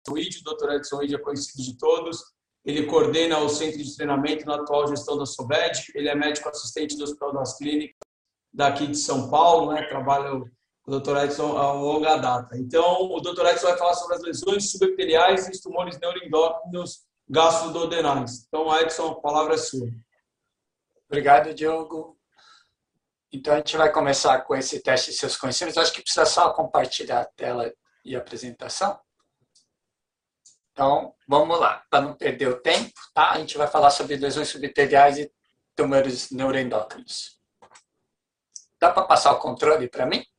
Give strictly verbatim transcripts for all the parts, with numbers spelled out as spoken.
Wide. O doutor Edson Wide é conhecido de todos. Ele coordena o centro de treinamento na atual gestão da Sobed. Ele é médico assistente do Hospital das Clínicas daqui de São Paulo, né? Trabalha com o doutor Edson há longa data. Então, o doutor Edson vai falar sobre as lesões subepiteliais e os tumores neuroendócrinos gastroduodenais. Então, Edson, a palavra é sua. Obrigado, Diogo. Então, a gente vai começar com esse teste de seus conhecimentos. Acho que precisa só compartilhar a tela e a apresentação. Então, vamos lá. Para não perder o tempo, tá? A gente vai falar sobre lesões subepiteliais e tumores neuroendócrinos. Dá para passar o controle para mim?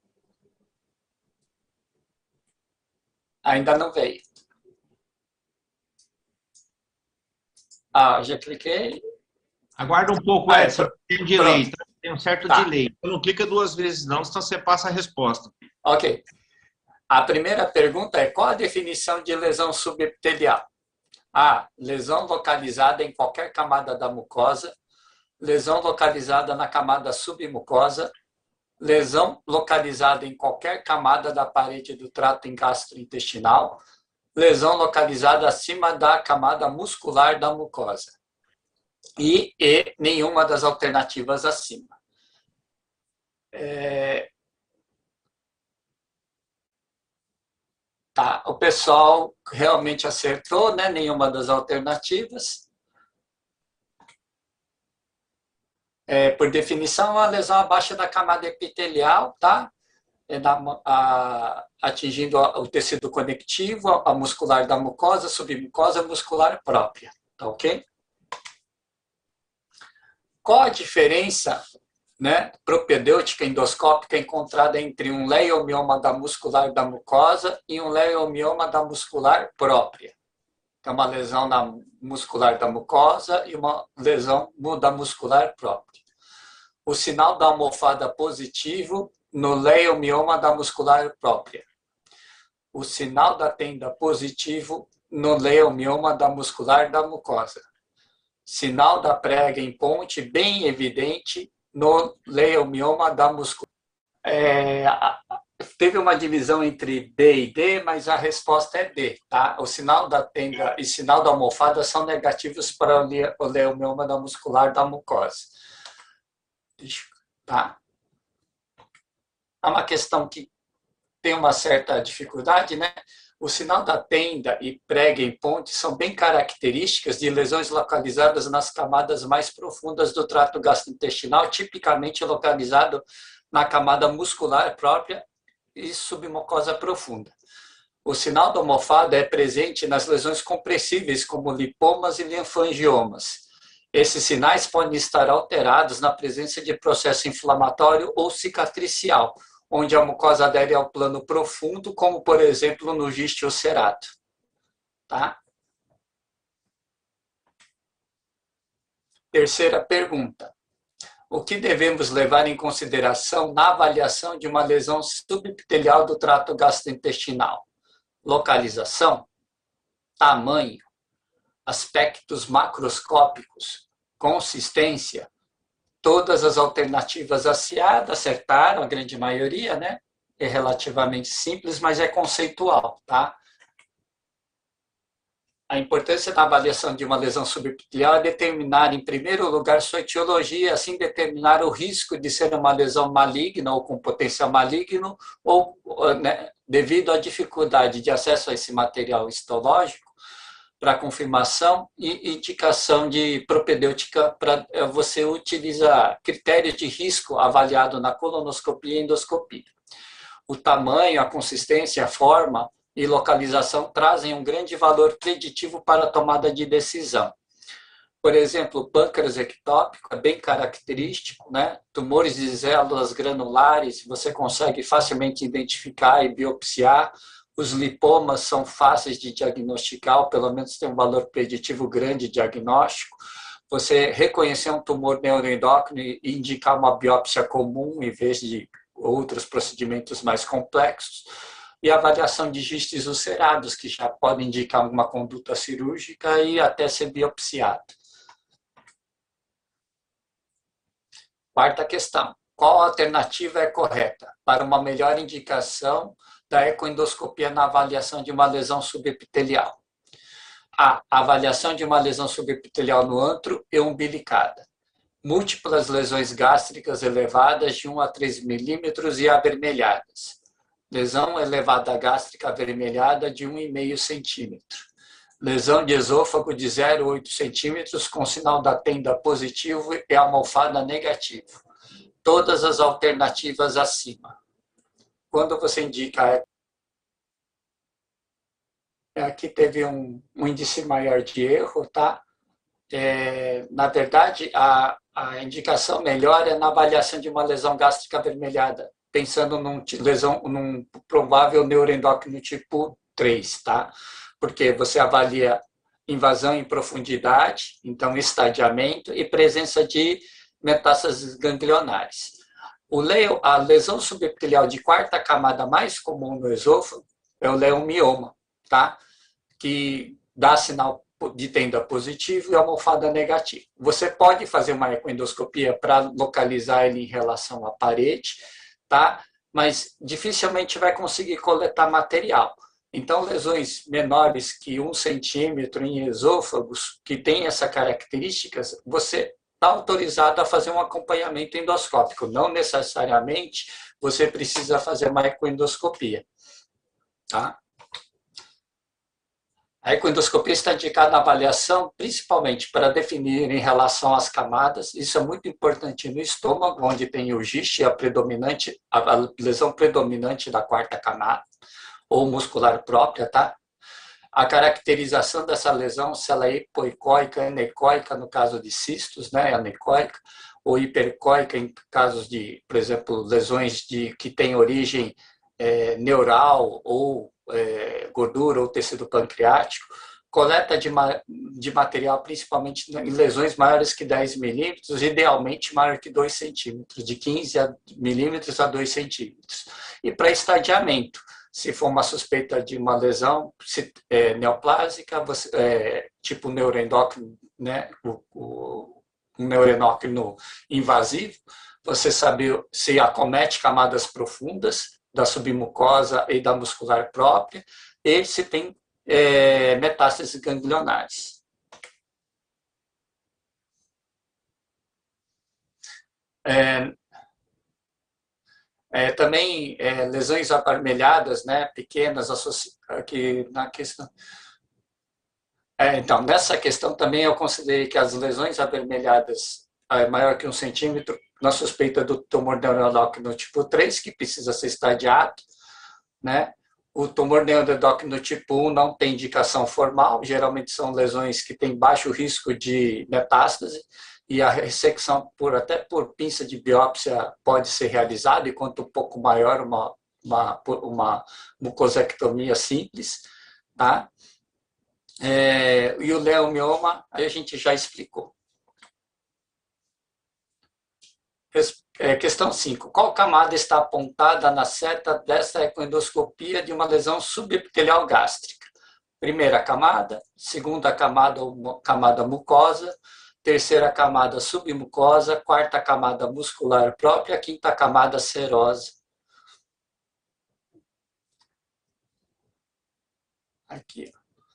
Ainda não veio. Ah, já cliquei. Aguarda um pouco, Ah, Edson. Tem um delay, tá? Tem um certo tá. delay. Então, não clica duas vezes, não, senão você passa a resposta. Ok. A primeira pergunta é: qual a definição de lesão subepitelial? A. Lesão localizada em qualquer camada da mucosa. Lesão localizada na camada submucosa. Lesão localizada em qualquer camada da parede do trato gastrointestinal. Lesão localizada acima da camada muscular da mucosa. E, e nenhuma das alternativas acima. É... Tá, o pessoal realmente acertou, né? Nenhuma das alternativas. É, por definição, a lesão abaixo da camada epitelial, tá? É na, a, atingindo o tecido conectivo, a muscular da mucosa, submucosa, muscular própria, tá ok? Qual a diferença, né, propedêutica endoscópica encontrada entre um leiomioma da muscular da mucosa e um leiomioma da muscular própria? É uma lesão na muscular da mucosa e uma lesão da muscular própria. O sinal da almofada positivo no leiomioma da muscular própria. O sinal da tenda positivo no leiomioma da muscular da mucosa. Sinal da prega em ponte bem evidente no leiomioma da muscular. É, teve uma divisão entre B e D, mas a resposta é D, tá? O sinal da tenda e sinal da almofada são negativos para o leiomioma da muscular da mucosa. Tá? É uma questão que tem uma certa dificuldade, né? O sinal da tenda e prega em ponte são bem características de lesões localizadas nas camadas mais profundas do trato gastrointestinal, tipicamente localizado na camada muscular própria e submucosa profunda. O sinal da almofada é presente nas lesões compressíveis, como lipomas e linfangiomas. Esses sinais podem estar alterados na presença de processo inflamatório ou cicatricial, onde a mucosa adere ao plano profundo, como, por exemplo, no giste ulcerado. Tá? Terceira pergunta. O que devemos levar em consideração na avaliação de uma lesão subepitelial do trato gastrointestinal? Localização, tamanho, aspectos macroscópicos, consistência. Todas as alternativas acertaram, a grande maioria, né? É relativamente simples, mas é conceitual, tá? A importância da avaliação de uma lesão subepitelial é determinar, em primeiro lugar, sua etiologia, assim determinar o risco de ser uma lesão maligna ou com potencial maligno, ou, né, devido à dificuldade de acesso a esse material histológico, para confirmação e indicação de propedêutica para você utilizar critérios de risco avaliado na colonoscopia e endoscopia. O tamanho, a consistência, a forma e localização trazem um grande valor preditivo para a tomada de decisão. Por exemplo, o pâncreas ectópico é bem característico, né? Tumores de células granulares você consegue facilmente identificar e biopsiar. Os lipomas são fáceis de diagnosticar, ou pelo menos tem um valor preditivo grande de diagnóstico. Você reconhecer um tumor neuroendócrino e indicar uma biópsia comum em vez de outros procedimentos mais complexos. E a avaliação de gistes ulcerados, que já podem indicar alguma conduta cirúrgica e até ser biopsiado. Quarta questão. Qual alternativa é correta para uma melhor indicação da ecoendoscopia na avaliação de uma lesão subepitelial. A avaliação de uma lesão subepitelial no antro e umbilicada. Múltiplas lesões gástricas elevadas de um a três milímetros e avermelhadas. Lesão elevada gástrica avermelhada de um vírgula cinco centímetro. Lesão de esôfago de zero vírgula oito centímetros com sinal da tenda positivo e almofada negativo. Todas as alternativas acima. Quando você indica... Aqui teve um, um índice maior de erro, tá? É, na verdade, a, a indicação melhor é na avaliação de uma lesão gástrica avermelhada, pensando num, lesão, num provável neuroendócrino tipo três, tá? Porque você avalia invasão em profundidade, então estadiamento e presença de metástases ganglionares. O leo, a lesão subepitelial de quarta camada mais comum no esôfago é o leomioma, tá? Que dá sinal de tenda positivo e almofada negativo. Você pode fazer uma ecoendoscopia para localizar ele em relação à parede, tá? Mas dificilmente vai conseguir coletar material. Então, lesões menores que um centímetro em esôfagos, que tem essa característica, você está autorizado a fazer um acompanhamento endoscópico. Não necessariamente você precisa fazer uma ecoendoscopia, tá? A ecoendoscopia está indicada na avaliação, principalmente para definir em relação às camadas. Isso é muito importante no estômago, onde tem o giste, a, predominante, a lesão predominante da quarta camada, ou muscular própria, tá? A caracterização dessa lesão, se ela é hipoecóica, anecoica, no caso de cistos, né, anecoica, ou hiperecóica em casos de, por exemplo, lesões de, que têm origem é, neural ou é, gordura ou tecido pancreático, coleta de, ma de material principalmente em lesões maiores que dez milímetros, idealmente maior que dois centímetros, de quinze milímetros a dois centímetros. E para estadiamento, se for uma suspeita de uma lesão se, é, neoplásica, você, é, tipo neuroendócrino, né, o, o, um neuroendócrino invasivo, você sabe se acomete camadas profundas da submucosa e da muscular própria, e se tem é, metástases ganglionares. É, é, também é, lesões avermelhadas, né, pequenas, aqui na questão. É, então, nessa questão também eu considerei que as lesões avermelhadas é, maior que um centímetro, na suspeita do tumor neuroendócrino tipo três, que precisa ser estadiado, né? O tumor neuroendócrino tipo um não tem indicação formal, geralmente são lesões que têm baixo risco de metástase, e a ressecção, por, até por pinça de biópsia, pode ser realizada, e quanto um pouco maior, uma, uma, uma mucosectomia simples, tá? É, e o leomioma, aí a gente já explicou. Questão cinco. Qual camada está apontada na seta desta ecoendoscopia de uma lesão subepitelial gástrica? Primeira camada, segunda camada ou camada mucosa, terceira camada submucosa, quarta camada muscular própria, quinta camada serosa. Aqui.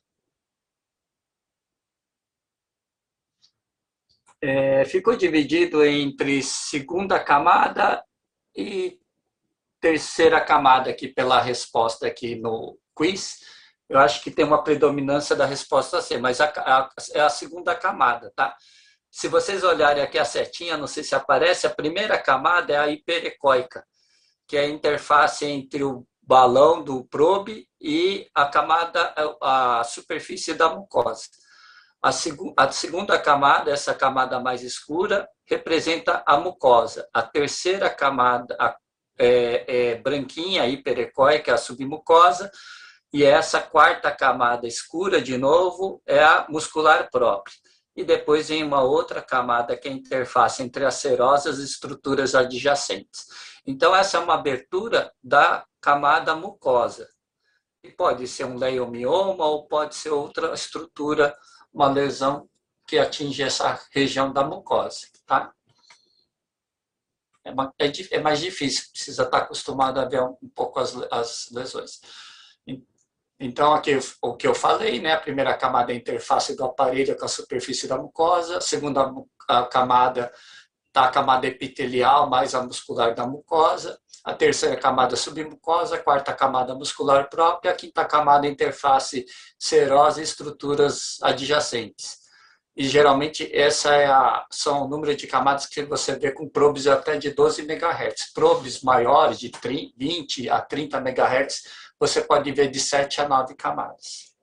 É, ficou dividido entre segunda camada e terceira camada aqui pela resposta aqui no quiz. Eu acho que tem uma predominância da resposta C, mas a, a, é a segunda camada, tá? Se vocês olharem aqui a setinha, não sei se aparece, a primeira camada é a hiperecóica, que é a interface entre o balão do probe e a camada, a superfície da mucosa. A, seg a segunda camada, essa camada mais escura, representa a mucosa. A terceira camada a, é, é branquinha, hiperecóica, é a submucosa. E essa quarta camada escura, de novo, é a muscular própria. E depois vem uma outra camada, que é a interface entre as serosas e as estruturas adjacentes. Então, essa é uma abertura da camada mucosa. E pode ser um leiomioma ou pode ser outra estrutura, uma lesão que atinge essa região da mucosa, tá? é, uma, é, é mais difícil, precisa estar acostumado a ver um, um pouco as, as lesões. Então, aqui o que eu falei, né? A primeira camada é a interface do aparelho com a superfície da mucosa, a segunda a camada está a camada epitelial mais a muscular da mucosa, a terceira camada submucosa, a quarta camada muscular própria, a quinta camada interface serosa e estruturas adjacentes. E geralmente essa é a, são o número de camadas que você vê com probes até de doze megahertz. Probes maiores, de vinte a trinta megahertz, você pode ver de sete a nove camadas.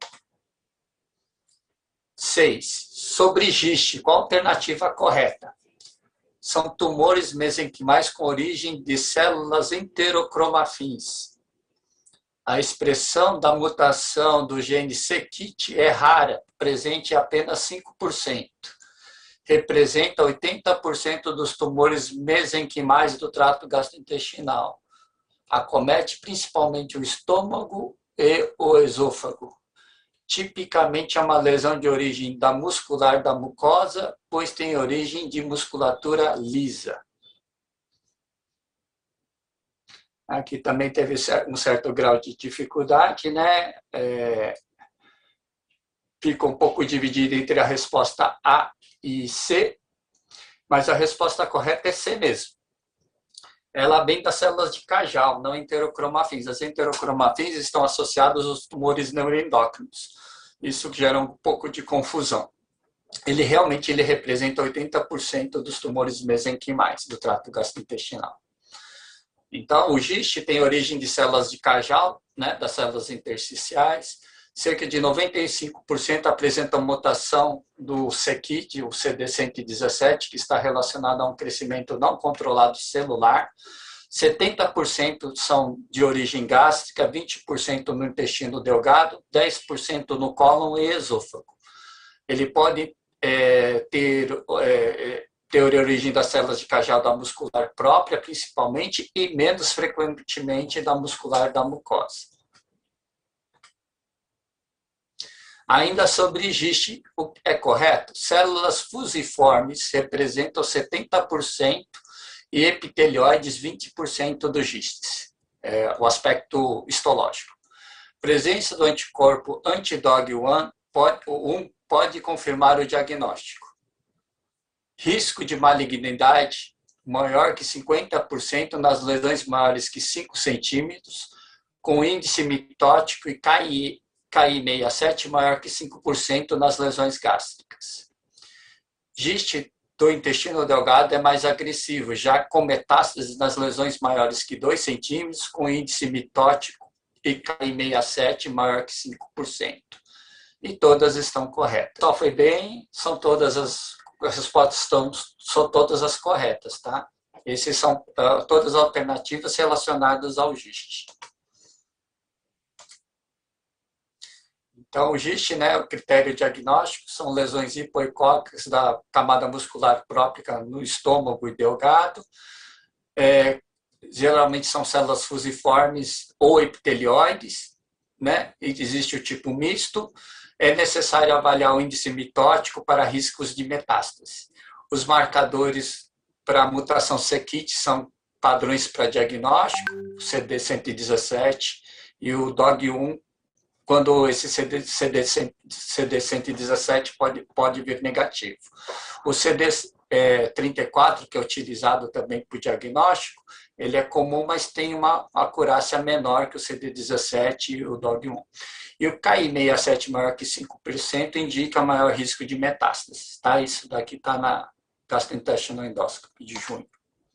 seis. Sobre giste, qual a alternativa correta? São tumores mesenquimais com origem de células enterocromafins. A expressão da mutação do gene C K I T é rara, presente em apenas cinco por cento. Representa oitenta por cento dos tumores mesenquimais do trato gastrointestinal. Acomete principalmente o estômago e o esôfago. Tipicamente é uma lesão de origem da muscular da mucosa, pois tem origem de musculatura lisa. Aqui também teve um certo grau de dificuldade, né? É, fica um pouco dividido entre a resposta A e C, mas a resposta correta é C mesmo. Ela vem das células de Cajal, não enterocromafins. As enterocromafins estão associadas aos tumores neuroendócrinos. Isso gera um pouco de confusão. Ele realmente ele representa oitenta por cento dos tumores mesenquimais do trato gastrointestinal. Então, o giste tem origem de células de Cajal, né, das células intersticiais. Cerca de noventa e cinco por cento apresentam mutação do C K I T, o C D cento e dezessete, que está relacionado a um crescimento não controlado celular. setenta por cento são de origem gástrica, vinte por cento no intestino delgado, dez por cento no cólon e esôfago. Ele pode é, ter, é, ter origem das células de Cajal da muscular própria, principalmente, e menos frequentemente da muscular da mucosa. Ainda sobre giste, o que é correto? Células fusiformes representam setenta por cento e epitelioides vinte por cento dos gistes, é, o aspecto histológico. Presença do anticorpo anti-D O G um pode, um pode confirmar o diagnóstico. Risco de malignidade maior que cinquenta por cento nas lesões maiores que cinco centímetros, com índice mitótico e K I K I sessenta e sete maior que cinco por cento nas lesões gástricas. Giste do intestino delgado é mais agressivo, já com metástases nas lesões maiores que dois centímetros, com índice mitótico e K I sessenta e sete maior que cinco por cento. E todas estão corretas. Só foi bem, são todas as, as respostas estão, são todas as corretas, tá? Essas são uh, todas as alternativas relacionadas ao giste. Então, o giste, né, o critério diagnóstico, são lesões hipoicóicas da camada muscular própria no estômago e delgado. É, geralmente são células fusiformes ou epitelioides, né, e existe o tipo misto. É necessário avaliar o índice mitótico para riscos de metástase. Os marcadores para a mutação C K I T são padrões para diagnóstico, o C D cento e dezessete e o D O G um, quando esse C D cento e dezessete pode, pode vir negativo. O C D trinta e quatro, que é utilizado também para o diagnóstico, ele é comum, mas tem uma acurácia menor que o C D dezessete e o D O G um. E o K I sessenta e sete maior que cinco por cento indica maior risco de metástase. Tá? Isso daqui está na Gastrointestinal Endoscopy de junho.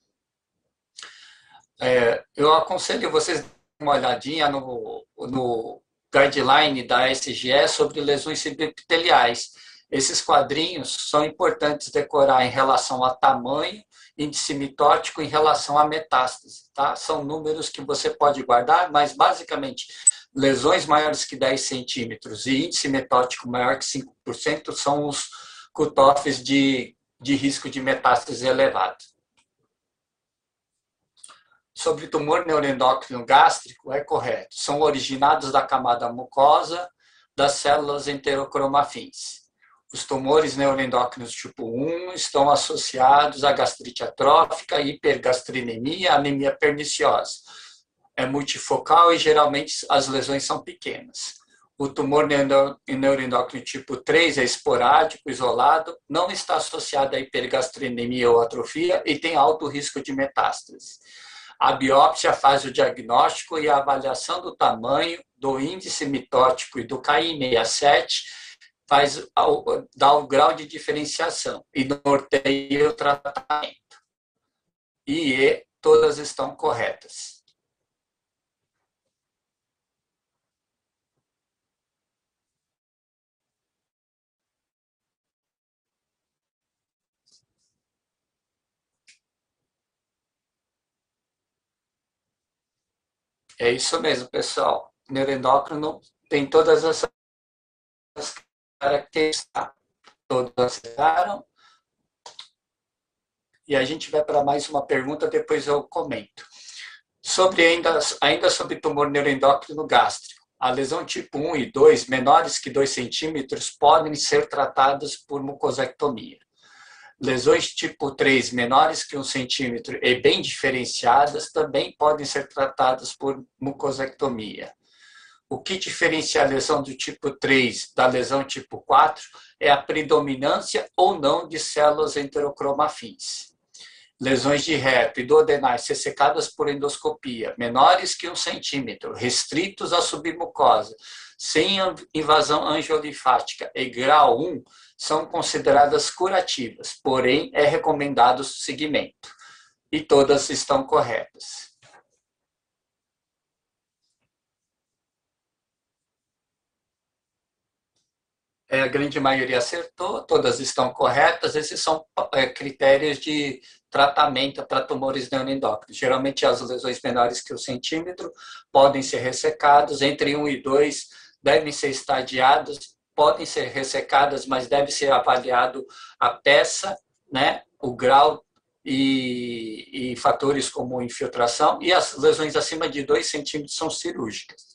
É, eu aconselho vocês darem uma olhadinha no, no guideline da S G E sobre lesões subepiteliais. Esses quadrinhos são importantes decorar em relação a tamanho, índice mitótico em relação a metástase. Tá? São números que você pode guardar, mas basicamente lesões maiores que dez centímetros e índice mitótico maior que cinco por cento são os cutoffs de, de risco de metástase elevado. Sobre tumor neuroendócrino gástrico, é correto. São originados da camada mucosa das células enterocromafins. Os tumores neuroendócrinos tipo um estão associados à gastrite atrófica, hipergastrinemia, anemia perniciosa. É multifocal e geralmente as lesões são pequenas. O tumor neuroendócrino tipo três é esporádico, isolado, não está associado à hipergastrinemia ou atrofia e tem alto risco de metástase. A biópsia faz o diagnóstico e a avaliação do tamanho, do índice mitótico e do K I sessenta e sete faz, dá o grau de diferenciação e norteia o tratamento. E, e todas estão corretas. É isso mesmo, pessoal. Neuroendócrino tem todas essas características. Todos acertaram. E a gente vai para mais uma pergunta, depois eu comento. Sobre ainda, ainda sobre tumor neuroendócrino gástrico. A lesão tipo um e dois, menores que dois centímetros, podem ser tratadas por mucosectomia. Lesões tipo três, menores que um centímetro e bem diferenciadas, também podem ser tratadas por mucosectomia. O que diferencia a lesão do tipo três da lesão tipo quatro é a predominância ou não de células enterocromafins. Lesões de reto e duodenais ressecadas por endoscopia, menores que um centímetro, restritos à submucosa, sem invasão angiolinfática e grau um, são consideradas curativas, porém é recomendado o seguimento. E todas estão corretas. É, a grande maioria acertou, todas estão corretas. Esses são é, critérios de tratamento para tumores neuroendócrinos. Geralmente, as lesões menores que um centímetro podem ser ressecadas, entre um e dois devem ser estadiadas, podem ser ressecadas, mas deve ser avaliado a peça, né, o grau e, e fatores como infiltração, e as lesões acima de dois centímetros são cirúrgicas.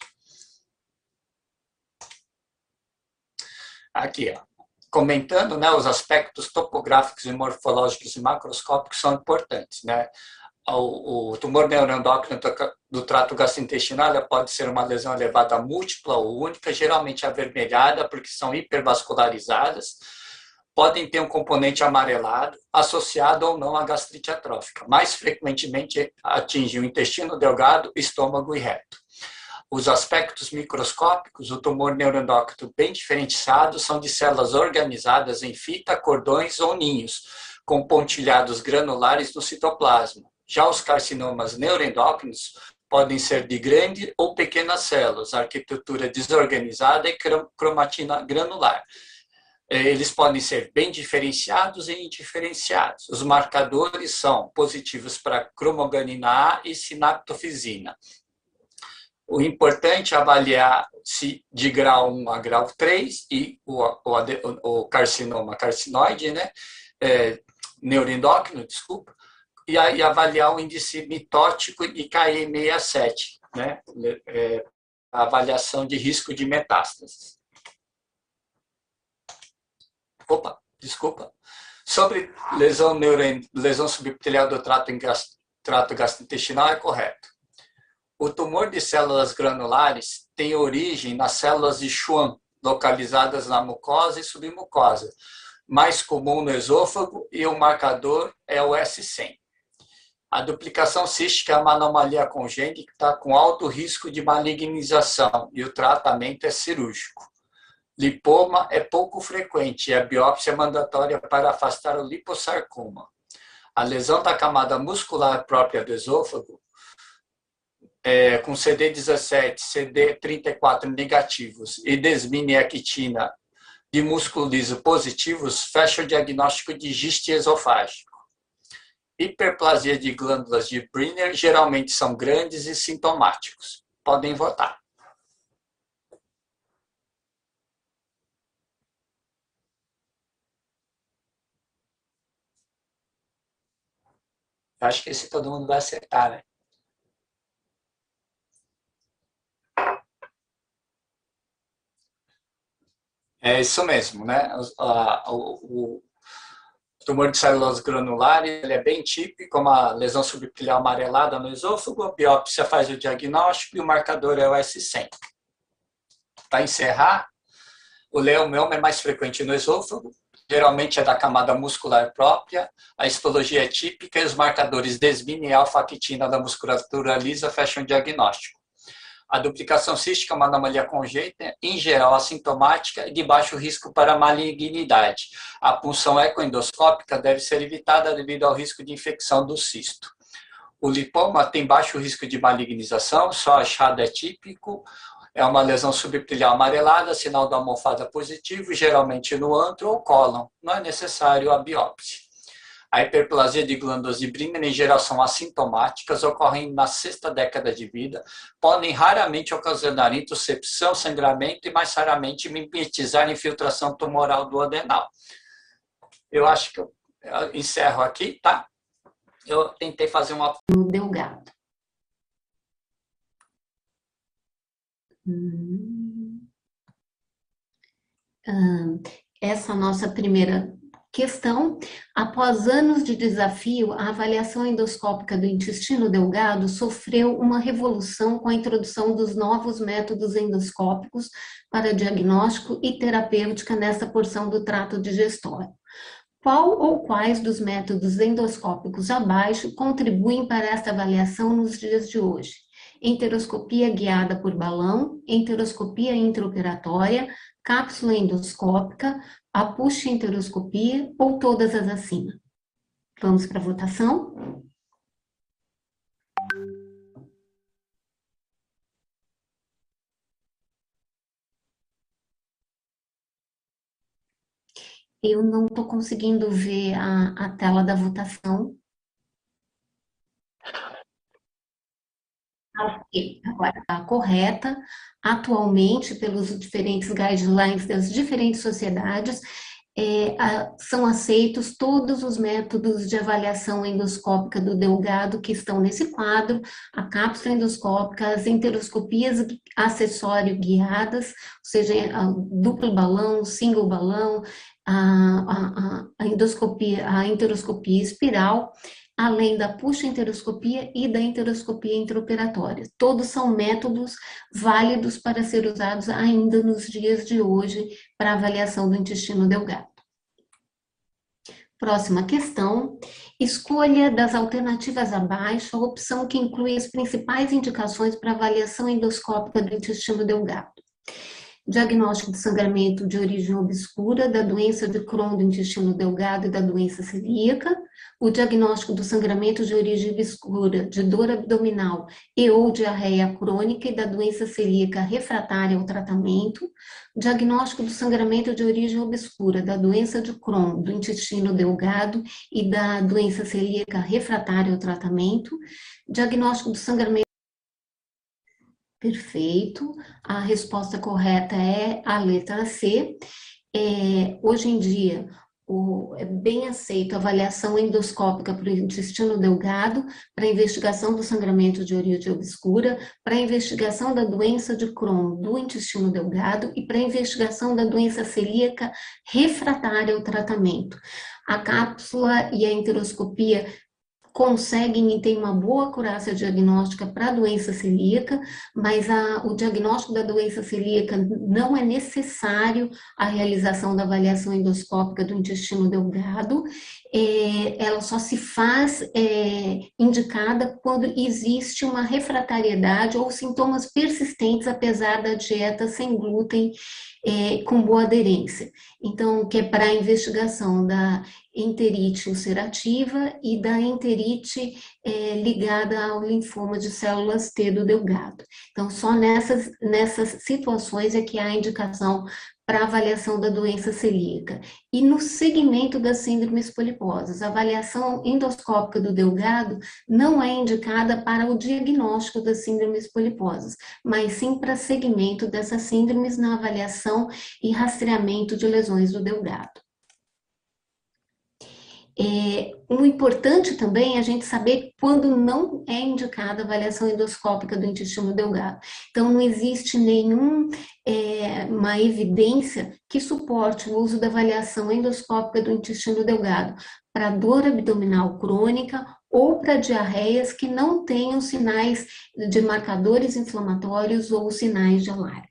Aqui, ó, comentando, né, os aspectos topográficos e morfológicos e macroscópicos são importantes, né? O, o tumor neuroendócrino do trato gastrointestinal pode ser uma lesão elevada múltipla ou única, geralmente avermelhada, porque são hipervascularizadas, podem ter um componente amarelado, associado ou não à gastrite atrófica. Mais frequentemente atinge o intestino delgado, estômago e reto. Os aspectos microscópicos, o tumor neuroendócrino bem diferenciado, são de células organizadas em fita, cordões ou ninhos, com pontilhados granulares no citoplasma. Já os carcinomas neuroendócrinos podem ser de grande ou pequenas células, arquitetura desorganizada e cromatina granular. Eles podem ser bem diferenciados e indiferenciados. Os marcadores são positivos para cromoganina A e sinaptofisina. O importante é avaliar se de grau um a grau três e o, o, o carcinoma carcinoide, né, é, neuroendócrino, desculpa, e aí avaliar o índice mitótico e K I sessenta e sete, né, é, a avaliação de risco de metástases. Opa, desculpa. Sobre lesão, neuro, lesão subepitelial do trato, trato gastrointestinal, é correto. O tumor de células granulares tem origem nas células de Schwann, localizadas na mucosa e submucosa, mais comum no esôfago, e o marcador é o S cem. A duplicação cística é uma anomalia congênita com alto risco de malignização e o tratamento é cirúrgico. Lipoma é pouco frequente e a biópsia é mandatória para afastar o liposarcoma. A lesão da camada muscular própria do esôfago, É, com C D dezessete, C D trinta e quatro negativos e desminiactina de músculo liso positivos, fecha o diagnóstico de giste esofágico. Hiperplasia de glândulas de Brenner geralmente são grandes e sintomáticos. Podem votar. Eu acho que esse todo mundo vai acertar, né? É isso mesmo, né? O, a, o, o tumor de celulose granular, ele é bem típico, uma lesão subciliar amarelada no esôfago, a biópsia faz o diagnóstico e o marcador é o S cem. Para encerrar, o leomioma é mais frequente no esôfago, geralmente é da camada muscular própria, a histologia é típica e os marcadores desmina e alfa-actina da musculatura lisa fecham o diagnóstico. A duplicação cística é uma anomalia congênita, em geral assintomática e de baixo risco para malignidade. A punção ecoendoscópica deve ser evitada devido ao risco de infecção do cisto. O lipoma tem baixo risco de malignização, só achado é típico. É uma lesão subciliar amarelada, sinal da almofada positivo, geralmente no antro ou cólon. Não é necessário a biópsia. A hiperplasia de glândulas de Brenner, em geral, são assintomáticas, ocorrem na sexta década de vida, podem raramente ocasionar intuscepção, sangramento e, mais raramente, mimetizar infiltração tumoral do adenal. Eu acho que eu encerro aqui, tá? Eu tentei fazer uma... Delgado. Hum. Essa nossa primeira questão: após anos de desafio, a avaliação endoscópica do intestino delgado sofreu uma revolução com a introdução dos novos métodos endoscópicos para diagnóstico e terapêutica nesta porção do trato digestório. Qual ou quais dos métodos endoscópicos abaixo contribuem para esta avaliação nos dias de hoje? Enteroscopia guiada por balão, enteroscopia intraoperatória, cápsula endoscópica, a push-enteroscopia ou todas as acima? Vamos para a votação? Eu não estou conseguindo ver a, a tela da votação. Agora, está correta. Atualmente, pelos diferentes guidelines das diferentes sociedades, é, a, são aceitos todos os métodos de avaliação endoscópica do delgado que estão nesse quadro: a cápsula endoscópica, as enteroscopias acessório guiadas, ou seja, a duplo balão, single balão, a, a, a endoscopia, a enteroscopia espiral, além da push-enteroscopia e da enteroscopia intraoperatória. Todos são métodos válidos para ser usados ainda nos dias de hoje para avaliação do intestino delgado. Próxima questão: escolha das alternativas abaixo a opção que inclui as principais indicações para avaliação endoscópica do intestino delgado. Diagnóstico de sangramento de origem obscura, da doença de Crohn do intestino delgado e da doença celíaca. O diagnóstico do sangramento de origem obscura, de dor abdominal e ou diarreia crônica e da doença celíaca refratária ao tratamento. Diagnóstico do sangramento de origem obscura, da doença de Crohn do intestino delgado e da doença celíaca refratária ao tratamento. Diagnóstico do sangramento... Perfeito, a resposta correta é a letra C. É, hoje em dia, o, é bem aceito a avaliação endoscópica para o intestino delgado, para investigação do sangramento de origem obscura, para investigação da doença de Crohn do intestino delgado e para investigação da doença celíaca refratária ao tratamento. A cápsula e a enteroscopia conseguem e têm uma boa acurácia diagnóstica para a doença celíaca, mas a, o diagnóstico da doença celíaca não é necessário a realização da avaliação endoscópica do intestino delgado. É, ela só se faz é, indicada quando existe uma refratariedade ou sintomas persistentes, apesar da dieta sem glúten é, com boa aderência. Então, que é para a investigação da enterite ulcerativa e da enterite é, ligada ao linfoma de células T do delgado. Então, só nessas, nessas situações é que há indicação para avaliação da doença celíaca. E no segmento das síndromes poliposas, a avaliação endoscópica do delgado não é indicada para o diagnóstico das síndromes poliposas, mas sim para segmento dessas síndromes na avaliação e rastreamento de lesões do delgado. É, o importante também é a gente saber quando não é indicada a avaliação endoscópica do intestino delgado. Então, não existe nenhuma é, uma evidência que suporte o uso da avaliação endoscópica do intestino delgado para dor abdominal crônica ou para diarreias que não tenham sinais de marcadores inflamatórios ou sinais de alarme.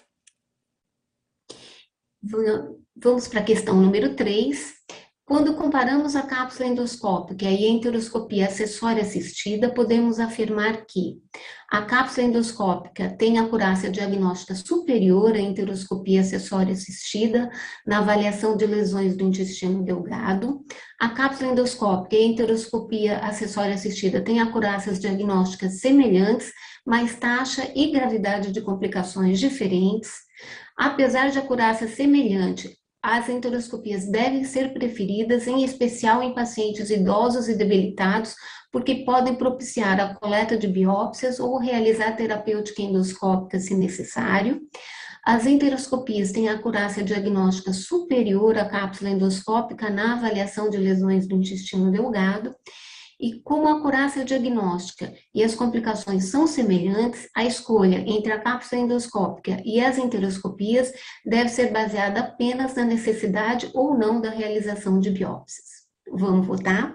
Vamos para a questão número três. Quando comparamos a cápsula endoscópica e a enteroscopia acessória assistida, podemos afirmar que a cápsula endoscópica tem acurácia diagnóstica superior à enteroscopia acessória assistida na avaliação de lesões do intestino delgado. A cápsula endoscópica e a enteroscopia acessória assistida têm acurácias diagnósticas semelhantes, mas taxa e gravidade de complicações diferentes. Apesar de acurácia semelhante, as enteroscopias devem ser preferidas, em especial em pacientes idosos e debilitados, porque podem propiciar a coleta de biópsias ou realizar terapêutica endoscópica se necessário. As enteroscopias têm acurácia diagnóstica superior à cápsula endoscópica na avaliação de lesões do intestino delgado. E como a acurácia diagnóstica e as complicações são semelhantes, a escolha entre a cápsula endoscópica e as enteroscopias deve ser baseada apenas na necessidade ou não da realização de biópsias. Vamos votar?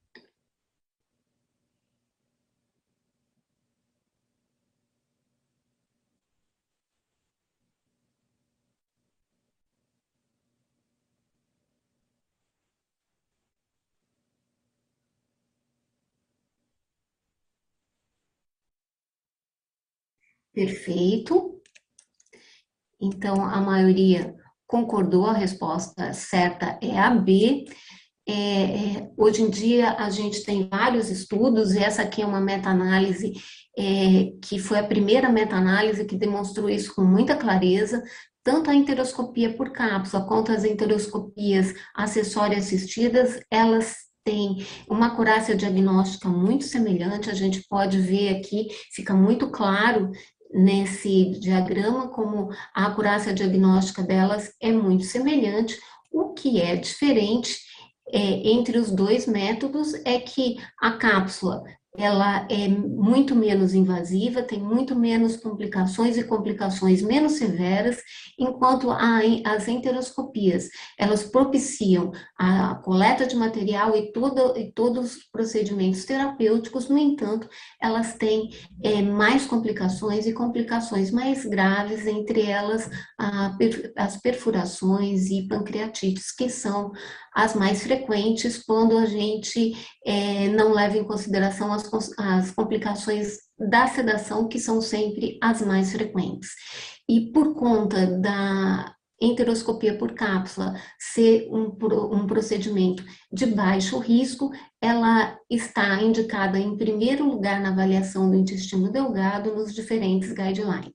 Perfeito. Então, a maioria concordou, a resposta certa é a B. É, é, hoje em dia, a gente tem vários estudos, e essa aqui é uma meta-análise é, que foi a primeira meta-análise que demonstrou isso com muita clareza. Tanto a enteroscopia por cápsula quanto as enteroscopias acessórias assistidas, elas têm uma acurácia diagnóstica muito semelhante. A gente pode ver aqui, fica muito claro nesse diagrama como a acurácia diagnóstica delas é muito semelhante. O que é diferente é, entre os dois métodos é que a cápsula ela é muito menos invasiva, tem muito menos complicações e complicações menos severas, enquanto a, as enteroscopias, elas propiciam a coleta de material e, todo, e todos os procedimentos terapêuticos. No entanto, elas têm é, mais complicações e complicações mais graves, entre elas a, as perfurações e pancreatites, que são as mais frequentes quando a gente é, não leva em consideração as, as complicações da sedação, que são sempre as mais frequentes. E por conta da enteroscopia por cápsula ser um, um procedimento de baixo risco, ela está indicada em primeiro lugar na avaliação do intestino delgado nos diferentes guidelines.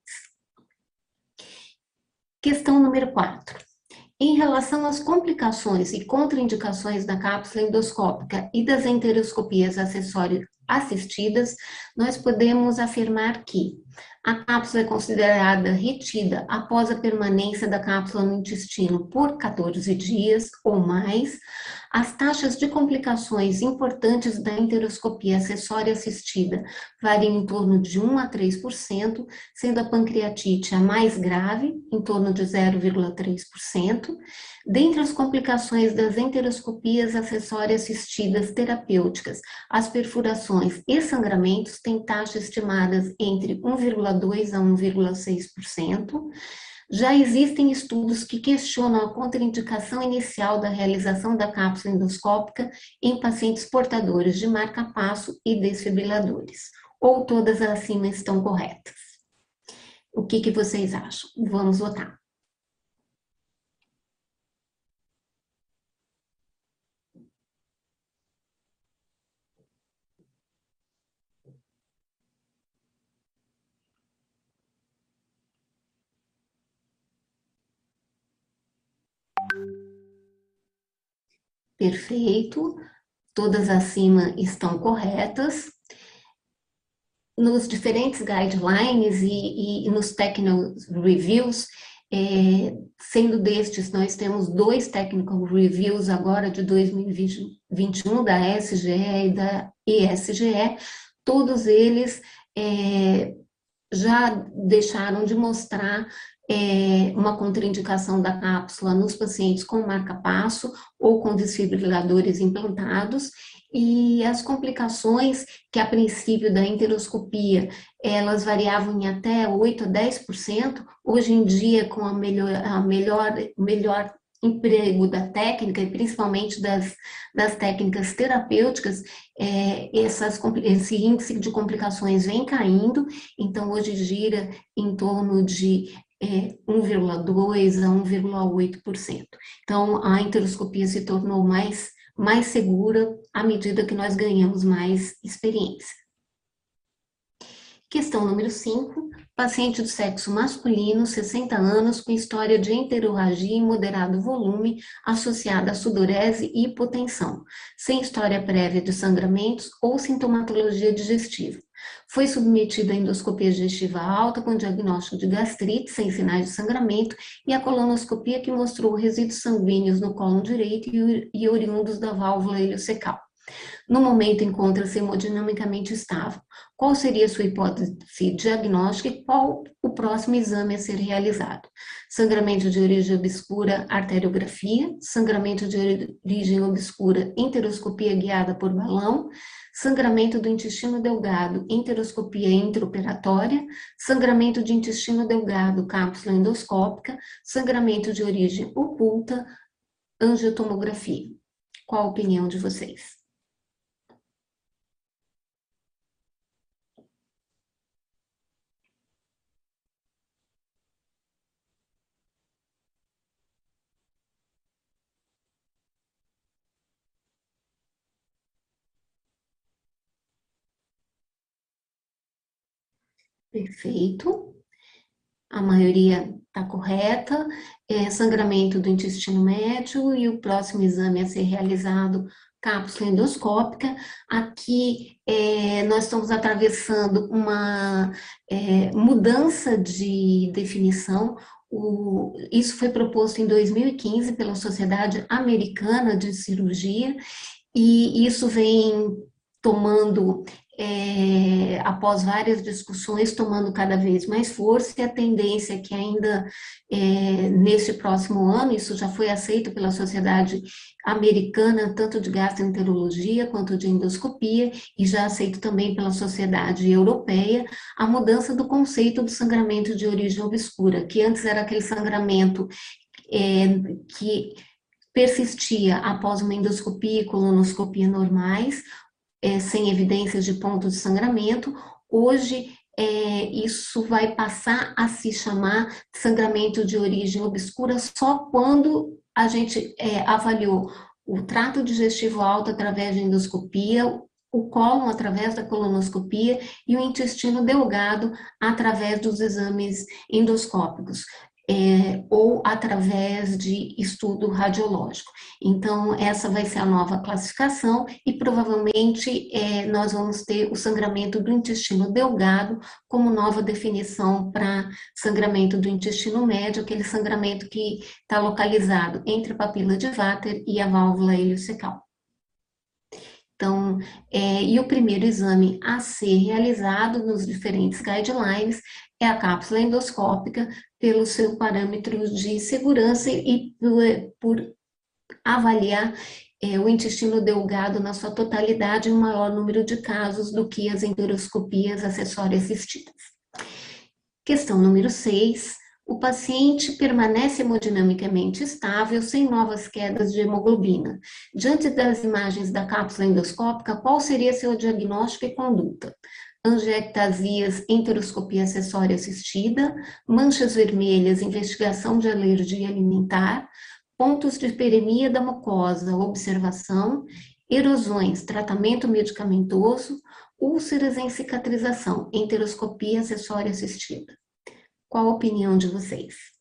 Questão número quatro. Em relação às complicações e contraindicações da cápsula endoscópica e das enteroscopias acessórias assistidas, nós podemos afirmar que a cápsula é considerada retida após a permanência da cápsula no intestino por quatorze dias ou mais. As taxas de complicações importantes da enteroscopia acessória assistida variam em torno de um a três por cento, sendo a pancreatite a mais grave, em torno de zero vírgula três por cento. Dentre as complicações das enteroscopias acessórias assistidas terapêuticas, as perfurações e sangramentos têm taxas estimadas entre um vírgula dois por cento a um vírgula seis por cento. Já existem estudos que questionam a contraindicação inicial da realização da cápsula endoscópica em pacientes portadores de marca-passo e desfibriladores. Ou todas acima estão corretas? O que, que vocês acham? Vamos votar. Perfeito, todas acima estão corretas. Nos diferentes guidelines e, e, e nos technical reviews, É, sendo destes, nós temos dois technical reviews agora de dois mil e vinte e um, da S G E e da E S G E, todos eles é, já deixaram de mostrar é, uma contraindicação da cápsula nos pacientes com marca-passo ou com desfibriladores implantados, e as complicações que a princípio da enteroscopia elas variavam em até oito a dez por cento, hoje em dia com a melhor, a melhor, melhor emprego da técnica e principalmente das, das técnicas terapêuticas, é, essas, esse índice de complicações vem caindo, então hoje gira em torno de é, um vírgula dois por cento a um vírgula oito por cento. Então a enteroscopia se tornou mais, mais segura à medida que nós ganhamos mais experiência. Questão número cinco, paciente do sexo masculino, sessenta anos, com história de enterorragia em moderado volume, associada a sudorese e hipotensão, sem história prévia de sangramentos ou sintomatologia digestiva. Foi submetido à endoscopia digestiva alta com diagnóstico de gastrite, sem sinais de sangramento, e a colonoscopia que mostrou resíduos sanguíneos no cólon direito e oriundos da válvula iliocecal. No momento, encontra-se hemodinamicamente estável. Qual seria a sua hipótese diagnóstica e qual o próximo exame a ser realizado? Sangramento de origem obscura, arteriografia. Sangramento de origem obscura, enteroscopia guiada por balão. Sangramento do intestino delgado, enteroscopia intraoperatória. Sangramento de intestino delgado, cápsula endoscópica. Sangramento de origem oculta, angiotomografia. Qual a opinião de vocês? Perfeito. A maioria está correta. É, sangramento do intestino médio e o próximo exame a ser realizado, cápsula endoscópica. Aqui é, nós estamos atravessando uma é, mudança de definição. O, isso foi proposto em dois mil e quinze pela Sociedade Americana de Cirurgia, e isso vem tomando, é, após várias discussões, tomando cada vez mais força, e a tendência é que ainda é, neste próximo ano, isso já foi aceito pela Sociedade Americana, tanto de gastroenterologia quanto de endoscopia, e já aceito também pela Sociedade Europeia, a mudança do conceito do sangramento de origem obscura, que antes era aquele sangramento é, que persistia após uma endoscopia e colonoscopia normais, é, sem evidências de pontos de sangramento. Hoje, é, isso vai passar a se chamar sangramento de origem obscura só quando a gente é, avaliou o trato digestivo alto através de endoscopia, o cólon através da colonoscopia e o intestino delgado através dos exames endoscópicos. É, ou através de estudo radiológico. Então, essa vai ser a nova classificação e provavelmente é, nós vamos ter o sangramento do intestino delgado como nova definição para sangramento do intestino médio, aquele sangramento que está localizado entre a papila de Vater e a válvula iliocecal. Então, é, e o primeiro exame a ser realizado nos diferentes guidelines é a cápsula endoscópica, pelo seu parâmetro de segurança e por, por avaliar é, o intestino delgado na sua totalidade em um maior número de casos do que as endoscopias acessórias assistidas. Questão número seis. O paciente permanece hemodinamicamente estável, sem novas quedas de hemoglobina. Diante das imagens da cápsula endoscópica, qual seria seu diagnóstico e conduta? Angiectasias, enteroscopia acessória assistida, manchas vermelhas, investigação de alergia alimentar, pontos de hiperemia da mucosa, observação, erosões, tratamento medicamentoso, úlceras em cicatrização, enteroscopia acessória assistida. Qual a opinião de vocês?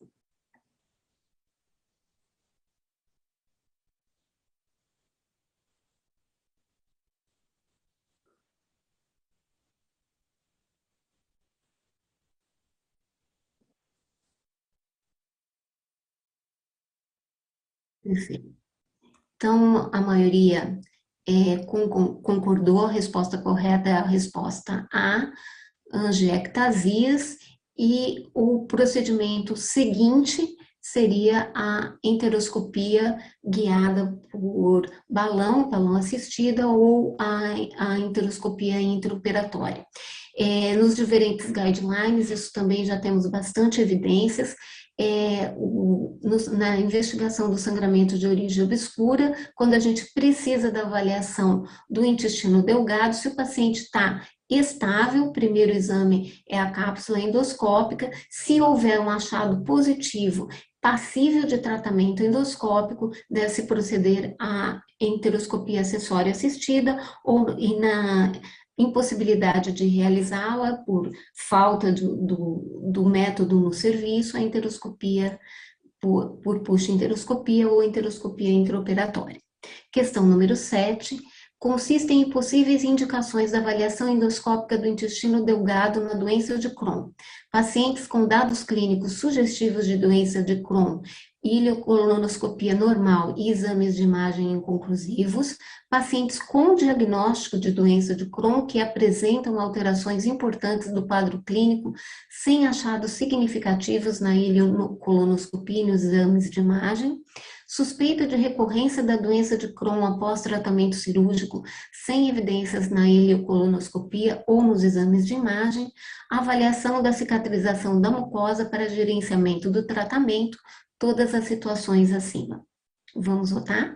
Perfeito. Então, a maioria é, concordou, a resposta correta é a resposta A, angiectasias, e o procedimento seguinte seria a enteroscopia guiada por balão, balão assistida, ou a, a enteroscopia intraoperatória. É, nos diferentes guidelines, isso também já temos bastante evidências. É, o, no, na investigação do sangramento de origem obscura, quando a gente precisa da avaliação do intestino delgado, se o paciente está estável, o primeiro exame é a cápsula endoscópica. Se houver um achado positivo, passível de tratamento endoscópico, deve-se proceder à enteroscopia acessória assistida, ou e na impossibilidade de realizá-la por falta do, do, do método no serviço, a enteroscopia por, por push-enteroscopia ou enteroscopia intraoperatória. Questão número sete. Consistem em possíveis indicações da avaliação endoscópica do intestino delgado na doença de Crohn. Pacientes com dados clínicos sugestivos de doença de Crohn, ileocolonoscopia normal e exames de imagem inconclusivos, pacientes com diagnóstico de doença de Crohn que apresentam alterações importantes do quadro clínico sem achados significativos na ileocolonoscopia e nos exames de imagem, suspeita de recorrência da doença de Crohn após tratamento cirúrgico sem evidências na ileocolonoscopia ou nos exames de imagem, avaliação da cicatrização da mucosa para gerenciamento do tratamento, todas as situações acima. Vamos votar?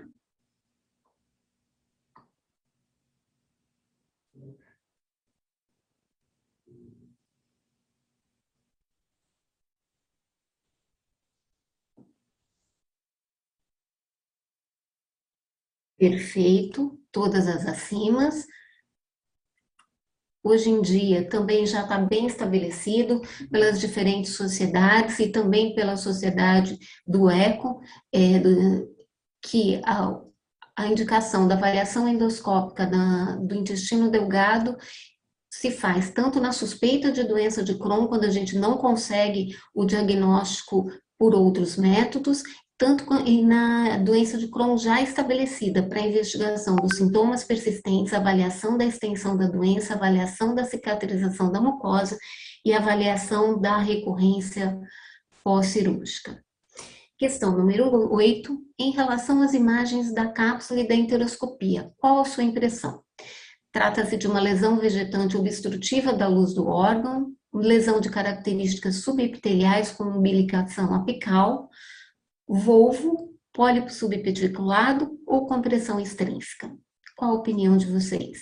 Perfeito, todas as acimas. Hoje em dia também já está bem estabelecido pelas diferentes sociedades e também pela sociedade do ECO, é, do, que a, a indicação da avaliação endoscópica da, do intestino delgado se faz tanto na suspeita de doença de Crohn, quando a gente não consegue o diagnóstico por outros métodos, tanto na doença de Crohn já estabelecida para investigação dos sintomas persistentes, avaliação da extensão da doença, avaliação da cicatrização da mucosa e avaliação da recorrência pós-cirúrgica. Questão número oito, em relação às imagens da cápsula e da enteroscopia, qual a sua impressão? Trata-se de uma lesão vegetante obstrutiva da luz do órgão, lesão de características subepiteliais com umbilicação apical, volvo, pólipo subpeticulado ou compressão extrínseca? Qual a opinião de vocês?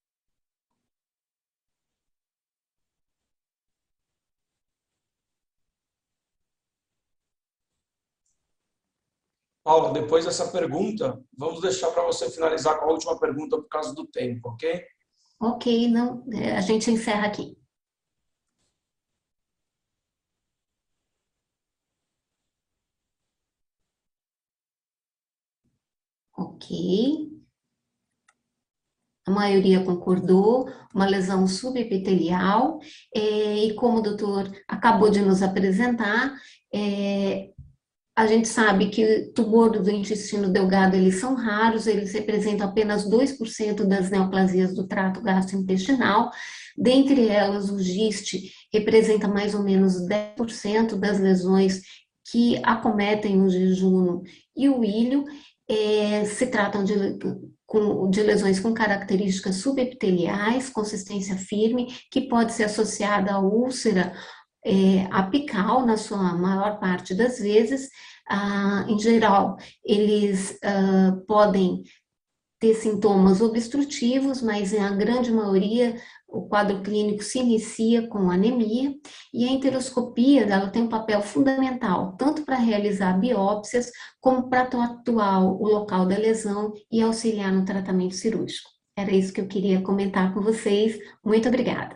Paula, depois dessa pergunta, vamos deixar para você finalizar com a última pergunta por causa do tempo, ok? Ok, não, a gente encerra aqui. Ok. A maioria concordou, uma lesão subepitelial, é, e como o doutor acabou de nos apresentar, é, a gente sabe que tumores do intestino delgado, eles são raros, eles representam apenas dois por cento das neoplasias do trato gastrointestinal, dentre elas o giste representa mais ou menos dez por cento das lesões que acometem o jejum e o ilho, é, se tratam de, com, de lesões com características subepiteliais, consistência firme, que pode ser associada à úlcera é, apical, na sua maior parte das vezes. Ah, em geral, eles ah, podem ter sintomas obstrutivos, mas a grande maioria, o quadro clínico se inicia com anemia, e a enteroscopia, ela tem um papel fundamental, tanto para realizar biópsias, como para atuar o local da lesão e auxiliar no tratamento cirúrgico. Era isso que eu queria comentar com vocês. Muito obrigada.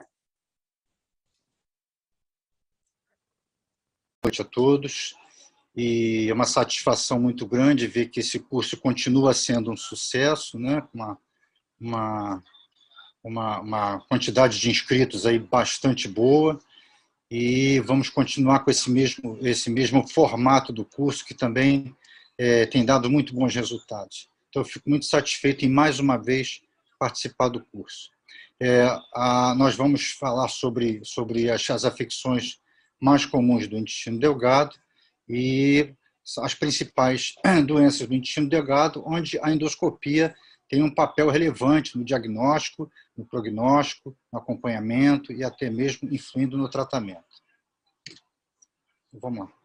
Boa noite a todos. E é uma satisfação muito grande ver que esse curso continua sendo um sucesso, né? uma, uma, uma, uma quantidade de inscritos aí bastante boa, e vamos continuar com esse mesmo, esse mesmo formato do curso, que também é, tem dado muito bons resultados. Então, eu fico muito satisfeito em, mais uma vez, participar do curso. É, a, nós vamos falar sobre, sobre as, as afecções mais comuns do intestino delgado e as principais doenças do intestino delgado, onde a endoscopia tem um papel relevante no diagnóstico, no prognóstico, no acompanhamento e até mesmo influindo no tratamento. Vamos lá.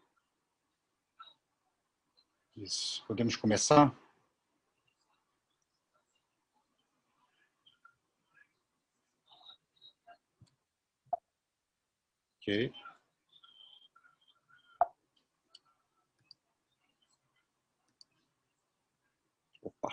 Isso. Podemos começar? Ok. Opa.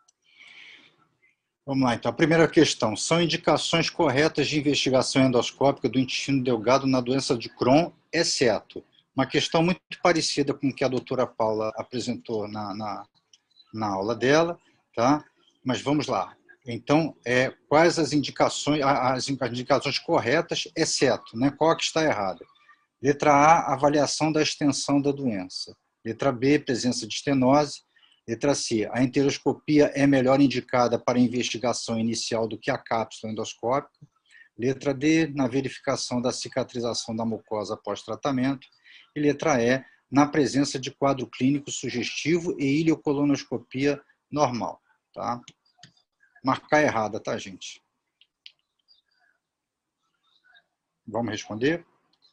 Vamos lá, então. A primeira questão. São indicações corretas de investigação endoscópica do intestino delgado na doença de Crohn, exceto? Uma questão muito parecida com o que a doutora Paula apresentou na, na, na aula dela, tá? Mas vamos lá. Então, é, quais as indicações, as indicações corretas, exceto, né? Qual que está errada? Letra A, avaliação da extensão da doença. Letra B, presença de estenose. Letra C, a enteroscopia é melhor indicada para investigação inicial do que a cápsula endoscópica. Letra D, na verificação da cicatrização da mucosa pós-tratamento. E letra E, na presença de quadro clínico sugestivo e ileocolonoscopia normal. Tá? Marcar errada, tá, gente? Vamos responder?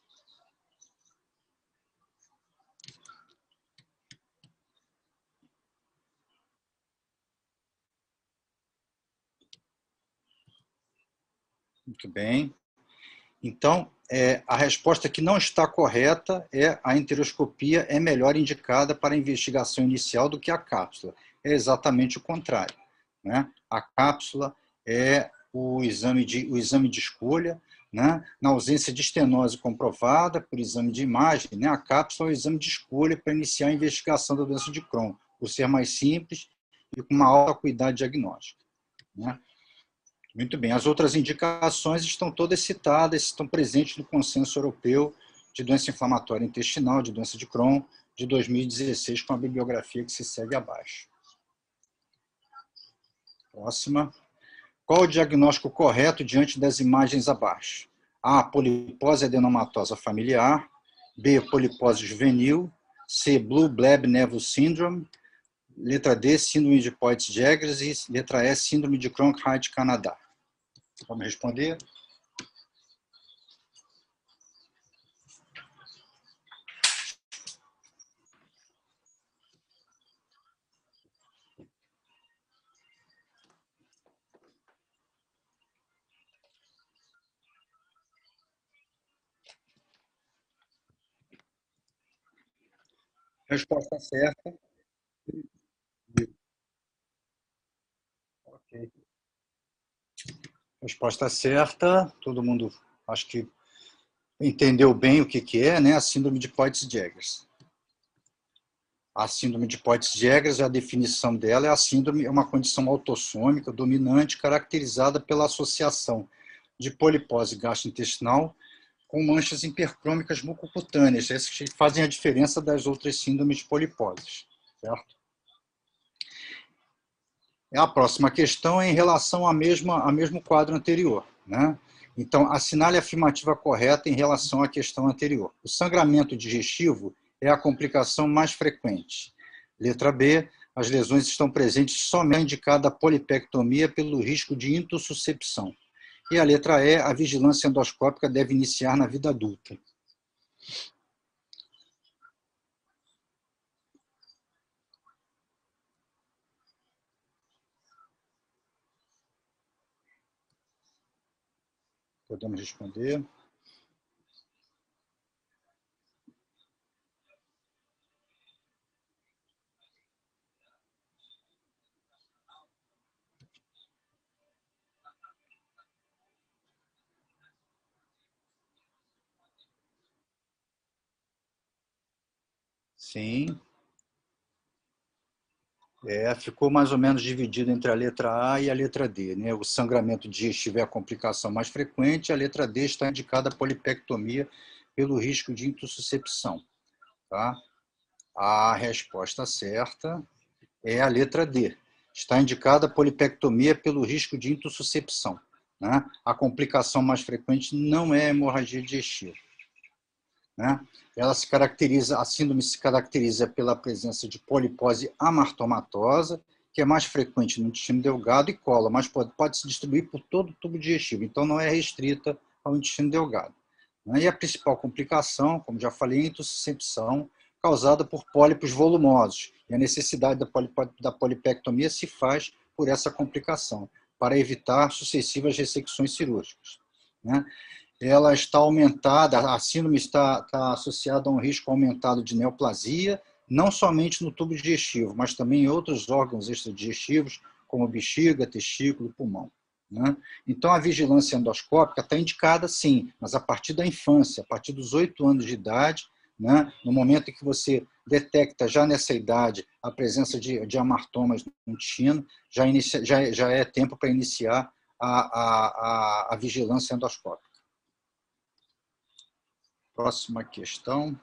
Muito bem. Então, é, a resposta que não está correta é a enteroscopia é melhor indicada para a investigação inicial do que a cápsula. É exatamente o contrário, né? A cápsula é o exame de, o exame de escolha, né? Na ausência de estenose comprovada por exame de imagem, né? A cápsula é o exame de escolha para iniciar a investigação da doença de Crohn, por ser mais simples e com uma alta acuidade diagnóstica, né? Muito bem, as outras indicações estão todas citadas, estão presentes no consenso europeu de doença inflamatória intestinal, de doença de Crohn, de dois mil e dezesseis, com a bibliografia que se segue abaixo. Próxima. Qual o diagnóstico correto diante das imagens abaixo? A, polipose adenomatosa familiar. B, polipose juvenil. C, Blue Bleb Nevus Syndrome. Letra D, síndrome de Poitts-Jeghers e letra E, síndrome de Cronkite-Canadá. Vamos responder? Resposta certa. Ok. Resposta certa. Todo mundo, acho que entendeu bem o que, que é, né? A síndrome de Poitts-Jeghers. A síndrome de Poitts-Jeghers, a definição dela é a síndrome é uma condição autossômica dominante caracterizada pela associação de polipose gastrointestinal com manchas hipercrômicas mucocutâneas, essas que fazem a diferença das outras síndromes de poliposes, certo? A próxima questão é em relação ao mesmo, ao mesmo quadro anterior, né? Então, assinale a afirmativa correta em relação à questão anterior. O sangramento digestivo é a complicação mais frequente. Letra B, as lesões estão presentes somente indicada a polipectomia pelo risco de intossuscepção. E a letra E, a vigilância endoscópica deve iniciar na vida adulta. Podemos responder? Sim. É, ficou mais ou menos dividido entre a letra A e a letra D, né? O sangramento digestivo é a complicação mais frequente, a letra D está indicada a polipectomia pelo risco de intossuscepção, tá? A resposta certa é a letra D. Está indicada a polipectomia pelo risco de intossuscepção, né? A complicação mais frequente não é a hemorragia digestiva, né? Ela se caracteriza, a síndrome se caracteriza pela presença de polipose amartomatosa, que é mais frequente no intestino delgado e colo, mas pode, pode se distribuir por todo o tubo digestivo, então não é restrita ao intestino delgado. E a principal complicação, como já falei, é a intossuscepção causada por pólipos volumosos. E a necessidade da polipectomia se faz por essa complicação, para evitar sucessivas ressecções cirúrgicas, né? Ela está aumentada, a síndrome está, está associada a um risco aumentado de neoplasia, não somente no tubo digestivo, mas também em outros órgãos extradigestivos, como bexiga, testículo e pulmão, né? Então, a vigilância endoscópica está indicada, sim, mas a partir da infância, a partir dos oito anos de idade, né? No momento em que você detecta já nessa idade a presença de, de amartomas no intestino, já, inicia, já, já é tempo para iniciar a, a, a, a vigilância endoscópica. Próxima questão.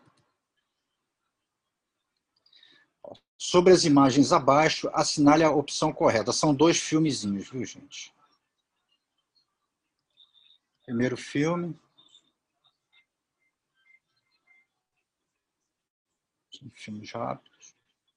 Sobre as imagens abaixo, assinale a opção correta. São dois filmezinhos, viu, gente? Primeiro filme. São filmes rápidos.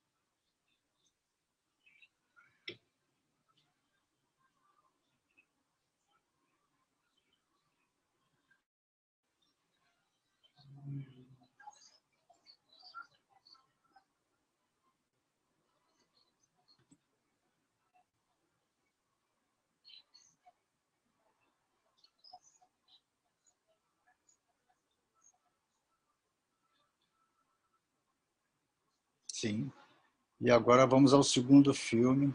Sim. E agora vamos ao segundo filme.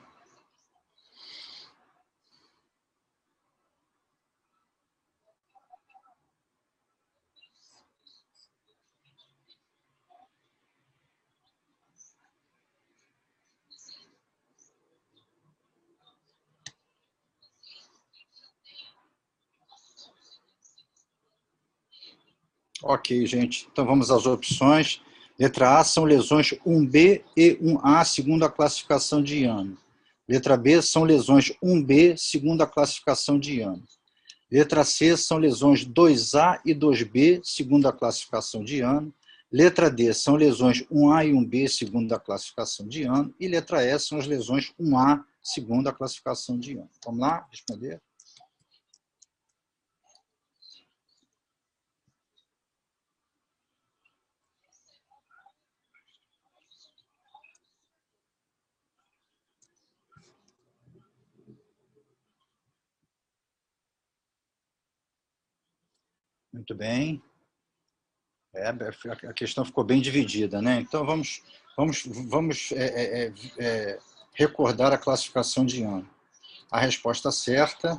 Ok, gente. Então vamos às opções. Letra A são lesões um B e um A, segundo a classificação de Iano. Letra B são lesões um B, segundo a classificação de Iano. Letra C são lesões dois A e dois B, segundo a classificação de Iano. Letra D são lesões um A e um B, segundo a classificação de Iano. E letra E são as lesões um A, segundo a classificação de Iano. Vamos lá responder? Muito bem. É, a questão ficou bem dividida, né? Então, vamos, vamos, vamos é, é, é, recordar a classificação de Iano. A resposta certa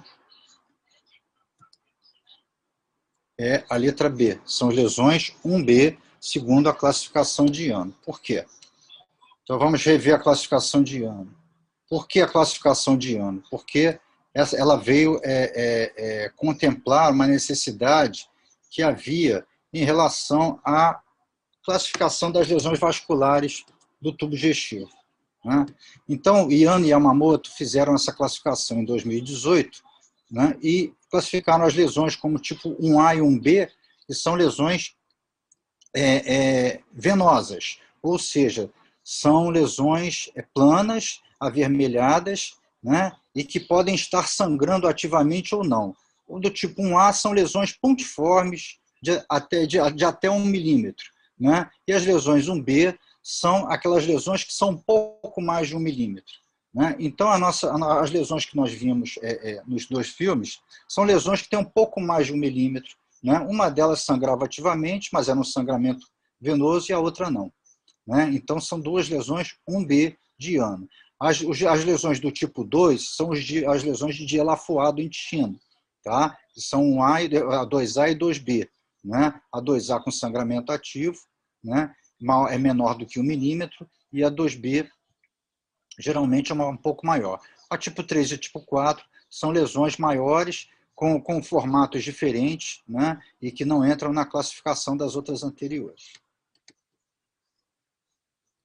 é a letra B. São lesões um B, segundo a classificação de Iano. Por quê? Então, vamos rever a classificação de Iano. Por que a classificação de Iano? Porque ela veio é, é, é, contemplar uma necessidade que havia em relação à classificação das lesões vasculares do tubo digestivo, né? Então, Iano e Yamamoto fizeram essa classificação em dois mil e dezoito, né, e classificaram as lesões como tipo um A e um B, que são lesões é, é, venosas, ou seja, são lesões planas, avermelhadas, né, e que podem estar sangrando ativamente ou não. O do tipo um A são lesões pontiformes de até, de, de até um milímetro, né? E as lesões um B são aquelas lesões que são um pouco mais de um milímetro, né? Então, a nossa, as lesões que nós vimos é, é, nos dois filmes são lesões que têm um pouco mais de um milímetro, né? Uma delas sangrava ativamente, mas era um sangramento venoso, e a outra não, né? Então, são duas lesões um B de Iano. As, as lesões do tipo dois são as lesões de dielafoado do intestino, tá? São um A, dois A e dois B, né? A dois A com sangramento ativo, né? É menor do que um milímetro, e a dois B geralmente é um pouco maior. A tipo três e a tipo quatro são lesões maiores, com, com formatos diferentes, né? E que não entram na classificação das outras anteriores.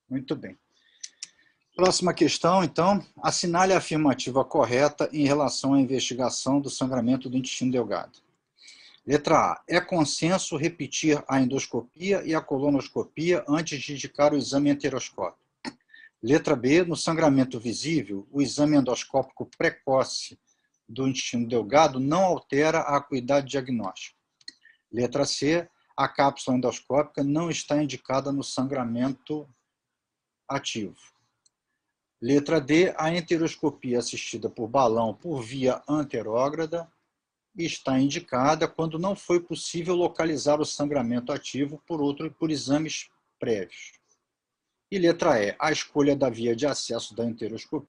Muito bem. Próxima questão, então. Assinale a afirmativa correta em relação à investigação do sangramento do intestino delgado. Letra A. É consenso repetir a endoscopia e a colonoscopia antes de indicar o exame enteroscópico. Letra B. No sangramento visível, o exame endoscópico precoce do intestino delgado não altera a acuidade diagnóstica. Letra C. A cápsula endoscópica não está indicada no sangramento ativo. Letra D. A enteroscopia assistida por balão por via anterógrada está indicada quando não foi possível localizar o sangramento ativo por, outro, por exames prévios. E letra E. A escolha da via de acesso da enteroscopia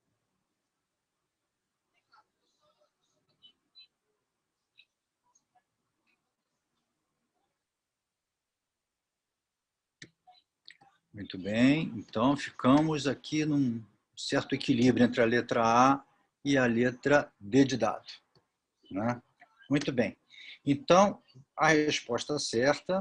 Muito bem, então ficamos aqui num certo equilíbrio entre a letra A e a letra D de dado. Né? Muito bem. Então, a resposta certa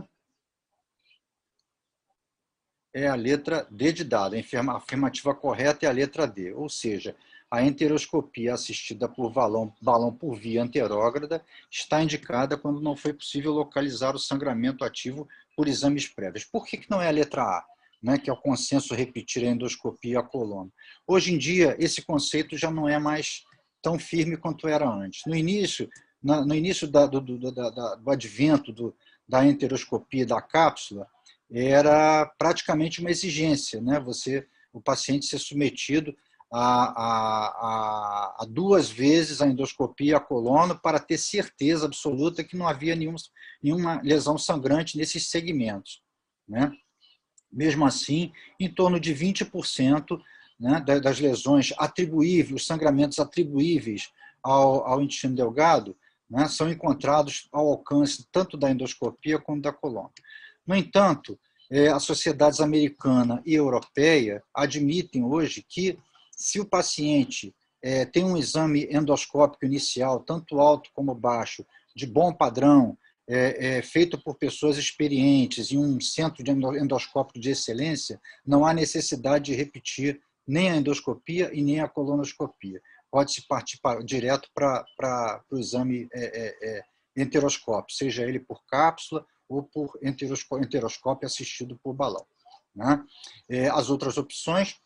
é a letra D de dado. A afirmativa correta é a letra D, ou seja, a enteroscopia assistida por balão, balão por via anterógrada está indicada quando não foi possível localizar o sangramento ativo por exames prévios. Por que que não é a letra A? Né, que é o consenso repetir a endoscopia e a coluna. Hoje em dia, esse conceito já não é mais tão firme quanto era antes. No início, na, no início da, do, do, da, da, do advento do, da enteroscopia da cápsula, era praticamente uma exigência, né, você, o paciente ser submetido a, a, a, a duas vezes a endoscopia e a coluna para ter certeza absoluta que não havia nenhum, nenhuma lesão sangrante nesses segmentos. Né? Mesmo assim, em torno de vinte por cento, né, das lesões atribuíveis, os sangramentos atribuíveis ao, ao intestino delgado, né, são encontrados ao alcance tanto da endoscopia quanto da coluna. No entanto, as sociedades americana e europeia admitem hoje que, se o paciente tem um exame endoscópico inicial, tanto alto como baixo, de bom padrão, É, é, feito por pessoas experientes em um centro de endoscópico de excelência, não há necessidade de repetir nem a endoscopia e nem a colonoscopia. Pode-se partir para, direto para o exame é, é, é, enteroscópio, seja ele por cápsula ou por enteroscópio, enteroscópio assistido por balão. Né? É, as outras opções,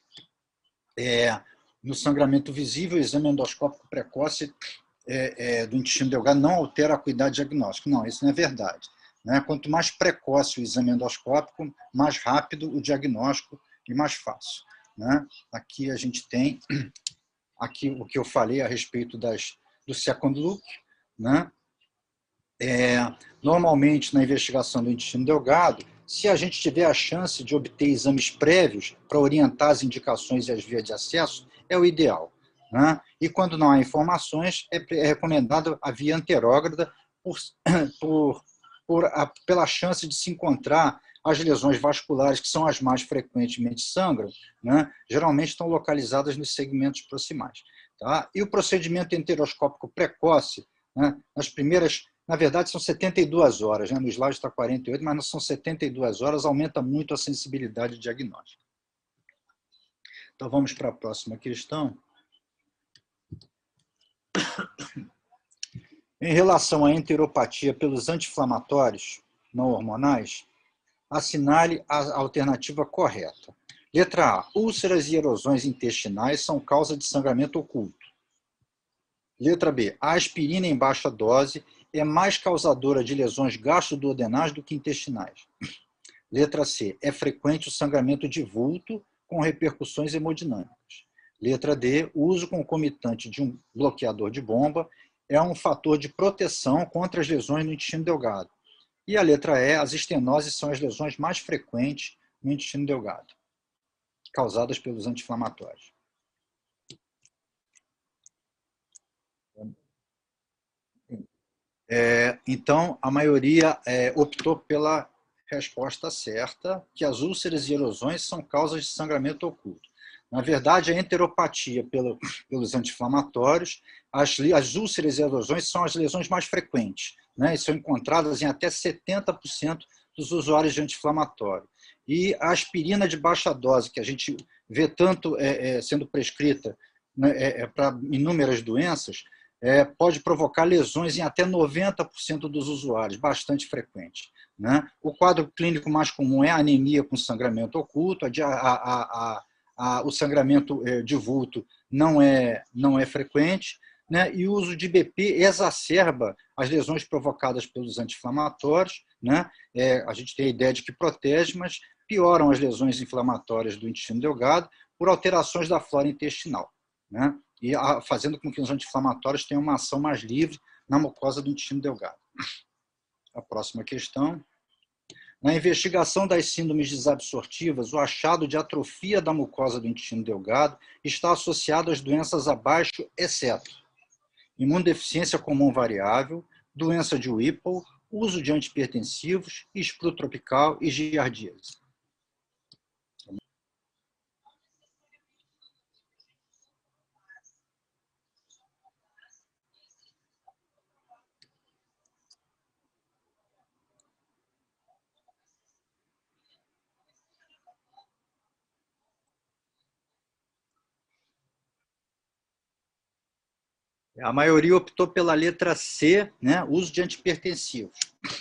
é, no sangramento visível, o exame endoscópico precoce É, é, do intestino delgado não altera a acuidade diagnóstica. Não, isso não é verdade. Né? Quanto mais precoce o exame endoscópico, mais rápido o diagnóstico e mais fácil. Né? Aqui a gente tem aqui o que eu falei a respeito das, do second look. Né? É, normalmente, na investigação do intestino delgado, se a gente tiver a chance de obter exames prévios para orientar as indicações e as vias de acesso, é o ideal. Né? E quando não há informações, é recomendado a via anterógrada por, por, por a, pela chance de se encontrar as lesões vasculares, que são as mais frequentemente sangram, né? Geralmente estão localizadas nos segmentos proximais. Tá? E o procedimento enteroscópico precoce, né? Nas primeiras, na verdade, são setenta e duas horas, né? No slide está quarenta e oito, mas não são setenta e duas horas, aumenta muito a sensibilidade diagnóstica. Então, vamos para a próxima questão. Em relação à enteropatia pelos anti-inflamatórios não hormonais, assinale a alternativa correta. Letra A. Úlceras e erosões intestinais são causa de sangramento oculto. Letra B. A aspirina em baixa dose é mais causadora de lesões gastroduodenais do que intestinais. Letra C. É frequente o sangramento de vulto com repercussões hemodinâmicas. Letra D. O uso concomitante de um bloqueador de bomba é um fator de proteção contra as lesões no intestino delgado. E a letra E. As estenoses são as lesões mais frequentes no intestino delgado, causadas pelos anti-inflamatórios. É, então, a maioria é, optou pela resposta certa, que as úlceras e erosões são causas de sangramento oculto. Na verdade, a enteropatia pelo, pelos anti-inflamatórios, as, as úlceras e erosões são as lesões mais frequentes, né, e são encontradas em até setenta por cento dos usuários de anti-inflamatório. E a aspirina de baixa dose, que a gente vê tanto é, é, sendo prescrita, né, é, é, para inúmeras doenças, é, pode provocar lesões em até noventa por cento dos usuários, bastante frequente. Né? O quadro clínico mais comum é a anemia com sangramento oculto, a, a, a, a, o sangramento de vulto não é, não é frequente, né? E o uso de B P exacerba as lesões provocadas pelos anti-inflamatórios. Né? É, a gente tem a ideia de que protege, mas pioram as lesões inflamatórias do intestino delgado por alterações da flora intestinal, né? E a, fazendo com que os anti-inflamatórios tenham uma ação mais livre na mucosa do intestino delgado. A próxima questão. Na investigação das síndromes desabsortivas, o achado de atrofia da mucosa do intestino delgado está associado às doenças abaixo, exceto imunodeficiência comum variável, doença de Whipple, uso de antipertensivos, espru tropical e giardíase. A maioria optou pela letra C, né? Uso de antipertensivos.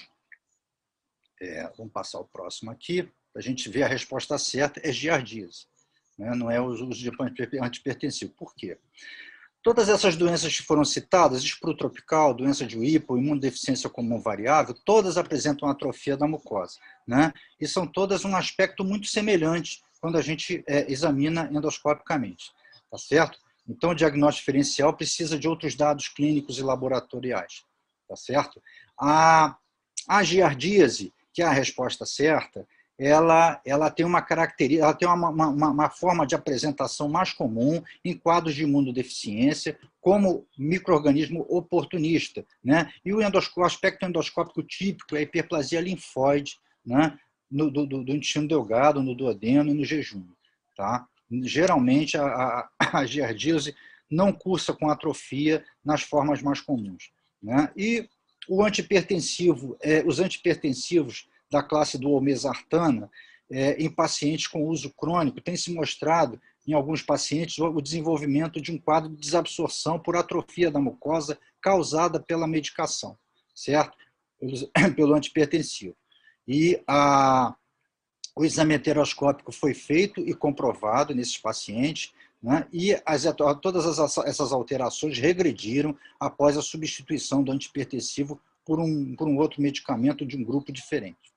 É, vamos passar o próximo aqui, para a gente ver a resposta certa, é giardíase, né? Não é o uso de antipertensivo. Por quê? Todas essas doenças que foram citadas, espru tropical, doença de Whipple, imunodeficiência comum variável, todas apresentam atrofia da mucosa, né? E são todas um aspecto muito semelhante quando a gente é, examina endoscopicamente, tá certo? Então, o diagnóstico diferencial precisa de outros dados clínicos e laboratoriais, tá certo? A, a giardíase, que é a resposta certa, ela, ela tem uma característica, ela tem uma, uma, uma forma de apresentação mais comum em quadros de imunodeficiência, como micro-organismo oportunista, né? E o, endoscópio, o aspecto endoscópico típico é a hiperplasia linfóide, né? no, do, do intestino delgado, no duodeno e no jejum, tá? Geralmente, a, a, a giardíase não cursa com atrofia nas formas mais comuns, né? E o antipertensivo, é, os antipertensivos da classe do olmesartana, é, em pacientes com uso crônico, tem se mostrado, em alguns pacientes, o desenvolvimento de um quadro de desabsorção por atrofia da mucosa causada pela medicação, certo? Pelo, pelo antipertensivo. E a... O exame heteroscópico foi feito e comprovado nesses pacientes, né? E as, todas as, essas alterações regrediram após a substituição do antipertensivo por um, por um outro medicamento de um grupo diferente.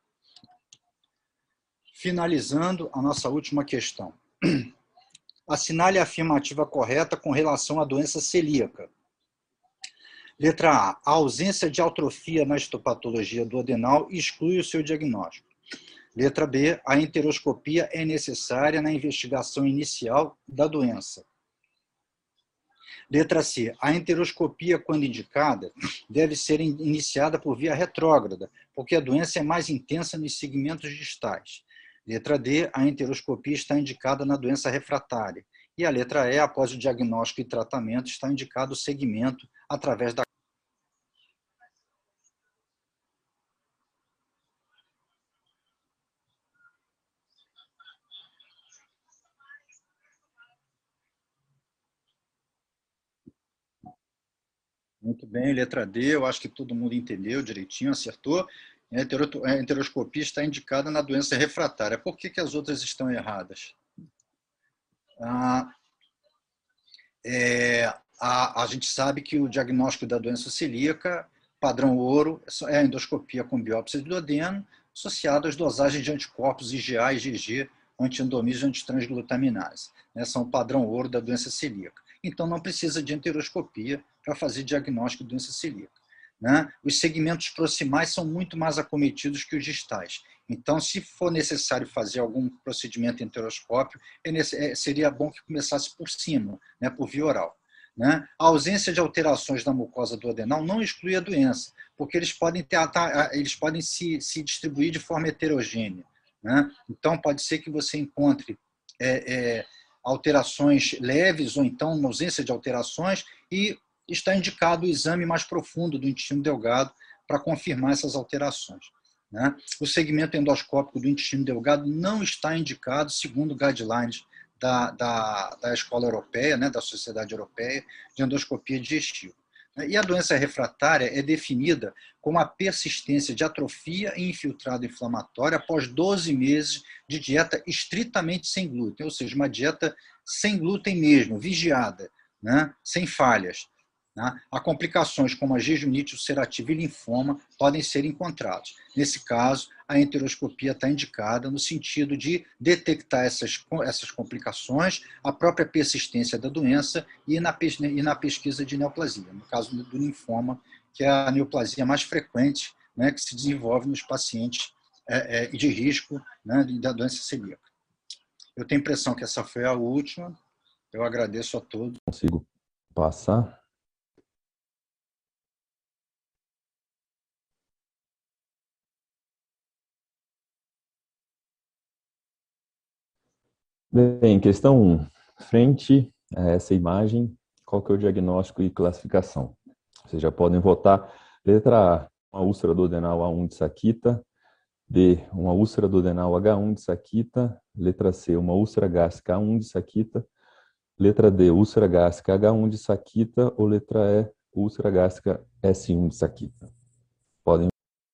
Finalizando a nossa última questão. Assinale a afirmativa correta com relação à doença celíaca. Letra A. A ausência de atrofia na histopatologia duodenal exclui o seu diagnóstico. Letra B, a enteroscopia é necessária na investigação inicial da doença. Letra C, a enteroscopia, quando indicada, deve ser iniciada por via retrógrada, porque a doença é mais intensa nos segmentos distais. Letra D, a enteroscopia está indicada na doença refratária. E a letra E, após o diagnóstico e tratamento, está indicado o segmento através da Muito bem, letra D, eu acho que todo mundo entendeu direitinho, acertou. A enteroscopia está indicada na doença refratária. Por que, que as outras estão erradas? Ah, é, a, a gente sabe que o diagnóstico da doença celíaca, padrão ouro, é a endoscopia com biópsia de duodeno, associada às dosagens de anticorpos I G A e I G G, antiendomísio e antitransglutaminase. Né, são o padrão ouro da doença celíaca. Então, não precisa de enteroscopia para fazer diagnóstico de doença celíaca. Né? Os segmentos proximais são muito mais acometidos que os distais. Então, se for necessário fazer algum procedimento enteroscópio, é, seria bom que começasse por cima, né, por via oral. Né? A ausência de alterações da mucosa duodenal não exclui a doença, porque eles podem, ter, eles podem se, se distribuir de forma heterogênea. Né? Então, pode ser que você encontre é, é, alterações leves ou então uma ausência de alterações e está indicado o exame mais profundo do intestino delgado para confirmar essas alterações. né? O segmento endoscópico do intestino delgado não está indicado, segundo guidelines da, da, da Escola Europeia, né, da Sociedade Europeia de Endoscopia Digestiva. E a doença refratária é definida como a persistência de atrofia e infiltrado inflamatório após doze meses de dieta estritamente sem glúten, ou seja, uma dieta sem glúten mesmo, vigiada, né, sem falhas. Né? Há complicações como a jejunite ulcerativa e linfoma podem ser encontrados. Nesse caso, a enteroscopia está indicada no sentido de detectar essas, essas complicações, a própria persistência da doença e na, e na pesquisa de neoplasia, no caso do linfoma, que é a neoplasia mais frequente, né, que se desenvolve nos pacientes é, é, de risco, né, da doença celíaca. Eu tenho a impressão que essa foi a última. Eu agradeço a todos. Consigo passar? Bem, questão um. Frente a essa imagem, qual que é o diagnóstico e classificação? Vocês já podem votar. Letra A, uma úlcera duodenal A um de Saquita. B, uma úlcera duodenal H um de Saquita. Letra C, uma úlcera gástrica A um de Saquita. Letra D, úlcera gástrica H um de Saquita. Ou letra E, úlcera gástrica S um de Saquita. Podem.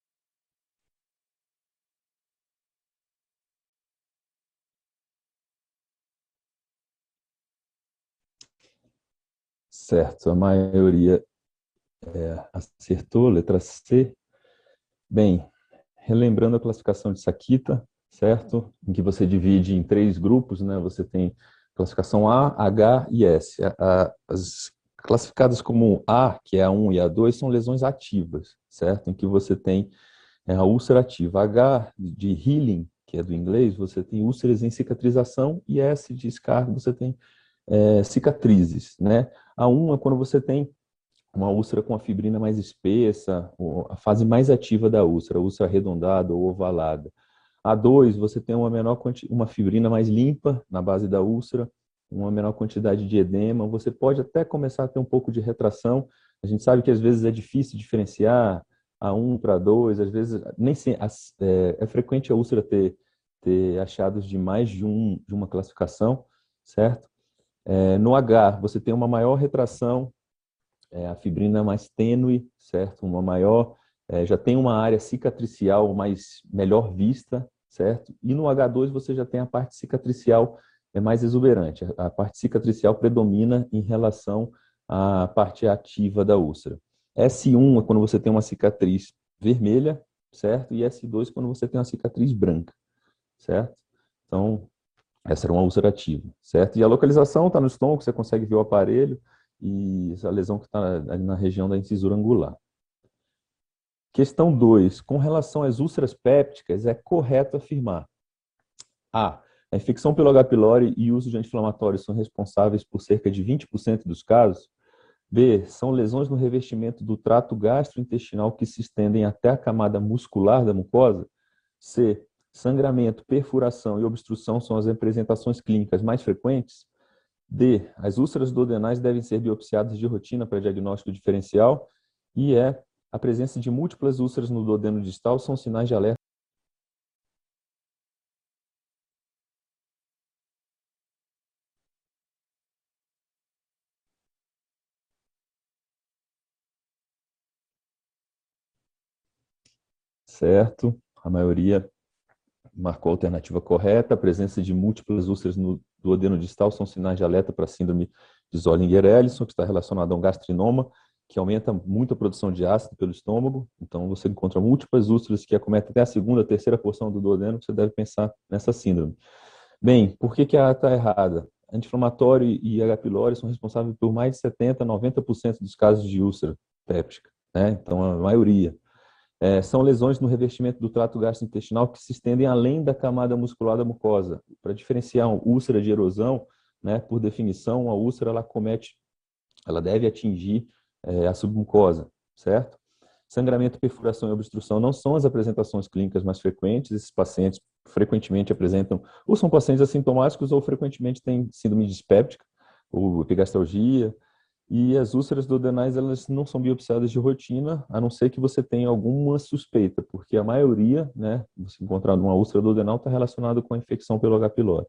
Certo, a maioria é, acertou, letra C. Bem, relembrando a classificação de Saquita, certo? Em que você divide em três grupos, né? Você tem classificação A, H e S. A, a, as classificadas como A, que é A um e A dois, são lesões ativas, certo? Em que você tem é, a úlcera ativa. H de healing, que é do inglês, você tem úlceras em cicatrização, e S de scar, você tem é, cicatrizes, né? A um é quando você tem uma úlcera com a fibrina mais espessa, a fase mais ativa da úlcera, úlcera arredondada ou ovalada. A dois, você tem uma menor uma fibrina mais limpa na base da úlcera, uma menor quantidade de edema. Você pode até começar a ter um pouco de retração. A gente sabe que às vezes é difícil diferenciar A um para A dois, às vezes nem é, é frequente a úlcera ter, ter achados de mais de, um, de uma classificação, certo? É, no H, você tem uma maior retração, é, a fibrina mais tênue, certo? Uma maior, é, já tem uma área cicatricial mais melhor vista, certo? E no H dois você já tem a parte cicatricial é mais exuberante. A parte cicatricial predomina em relação à parte ativa da úlcera. S um é quando você tem uma cicatriz vermelha, certo? E S dois é quando você tem uma cicatriz branca, certo? Então, essa era uma úlcera ativa, certo? E a localização está no estômago, você consegue ver o aparelho e essa lesão que está ali na região da incisura angular. Questão dois. Com relação às úlceras pépticas, é correto afirmar: A. A infecção pelo H. pylori e uso de anti-inflamatórios são responsáveis por cerca de vinte por cento dos casos. B. São lesões no revestimento do trato gastrointestinal que se estendem até a camada muscular da mucosa. C. Sangramento, perfuração e obstrução são as representações clínicas mais frequentes. D. As úlceras duodenais devem ser biopsiadas de rotina para diagnóstico diferencial. E E. A presença de múltiplas úlceras no duodeno distal são sinais de alerta. Certo, a maioria marcou a alternativa correta. A presença de múltiplas úlceras no duodeno distal são sinais de alerta para a síndrome de Zollinger-Ellison, que está relacionada a um gastrinoma, que aumenta muito a produção de ácido pelo estômago. Então, você encontra múltiplas úlceras que acometem até a segunda, terceira porção do duodeno, você deve pensar nessa síndrome. Bem, por que, que a A está errada? Anti-inflamatório e H. pylori são responsáveis por mais de setenta a noventa por cento dos casos de úlcera péptica, né? Então, a maioria. É, são lesões no revestimento do trato gastrointestinal que se estendem além da camada muscular da mucosa. Para diferenciar uma úlcera de erosão, né, por definição, a úlcera ela comete, ela deve atingir é, a submucosa, certo? Sangramento, perfuração e obstrução não são as apresentações clínicas mais frequentes. Esses pacientes frequentemente apresentam, ou são pacientes assintomáticos ou frequentemente têm síndrome dispéptica ou epigastralgia. E as úlceras duodenais, elas não são biopsiadas de rotina, a não ser que você tenha alguma suspeita, porque a maioria, né, você encontrar uma úlcera duodenal está relacionado com a infecção pelo H. pylori.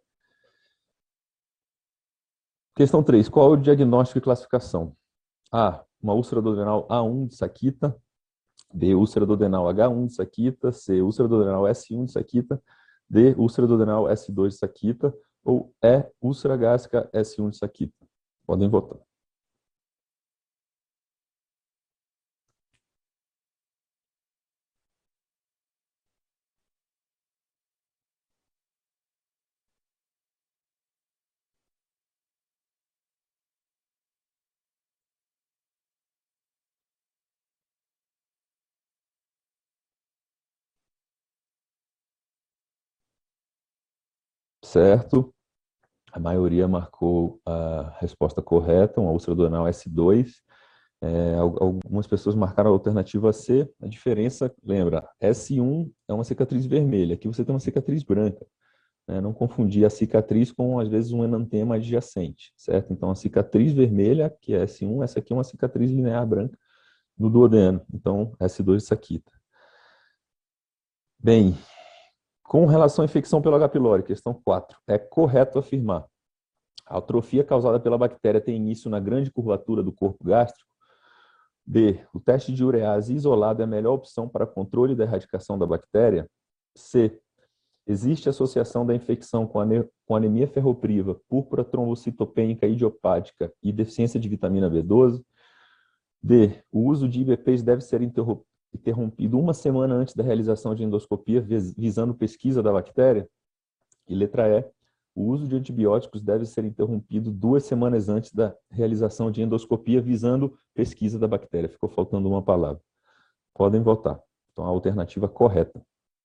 Questão três. Qual é o diagnóstico e classificação? A. Uma úlcera duodenal A um de Saquita. B. Úlcera duodenal H um de Saquita. C. Úlcera duodenal S um de Saquita. D. Úlcera duodenal S dois de Saquita. Ou E. Úlcera gástrica S um de Saquita. Podem votar. Certo. A maioria marcou a resposta correta, uma úlcera duodenal S dois. É, algumas pessoas marcaram a alternativa C. A diferença, lembra, S um é uma cicatriz vermelha, aqui você tem uma cicatriz branca. Né? Não confundir a cicatriz com, às vezes, um enantema adjacente, certo? Então, a cicatriz vermelha, que é S um, essa aqui é uma cicatriz linear branca no duodeno. Então, S dois de Saquita. Bem, com relação à infecção pelo H. pylori, questão quatro. É correto afirmar: a atrofia causada pela bactéria tem início na grande curvatura do corpo gástrico? B. O teste de urease isolado é a melhor opção para controle da erradicação da bactéria? C. Existe associação da infecção com anemia ferropriva, púrpura trombocitopênica idiopática e deficiência de vitamina B doze? D. O uso de I B Ps deve ser interrompido uma semana antes da realização de endoscopia, visando pesquisa da bactéria? E letra E. O uso de antibióticos deve ser interrompido duas semanas antes da realização de endoscopia, visando pesquisa da bactéria. Ficou faltando uma palavra. Podem votar. Então, a alternativa correta.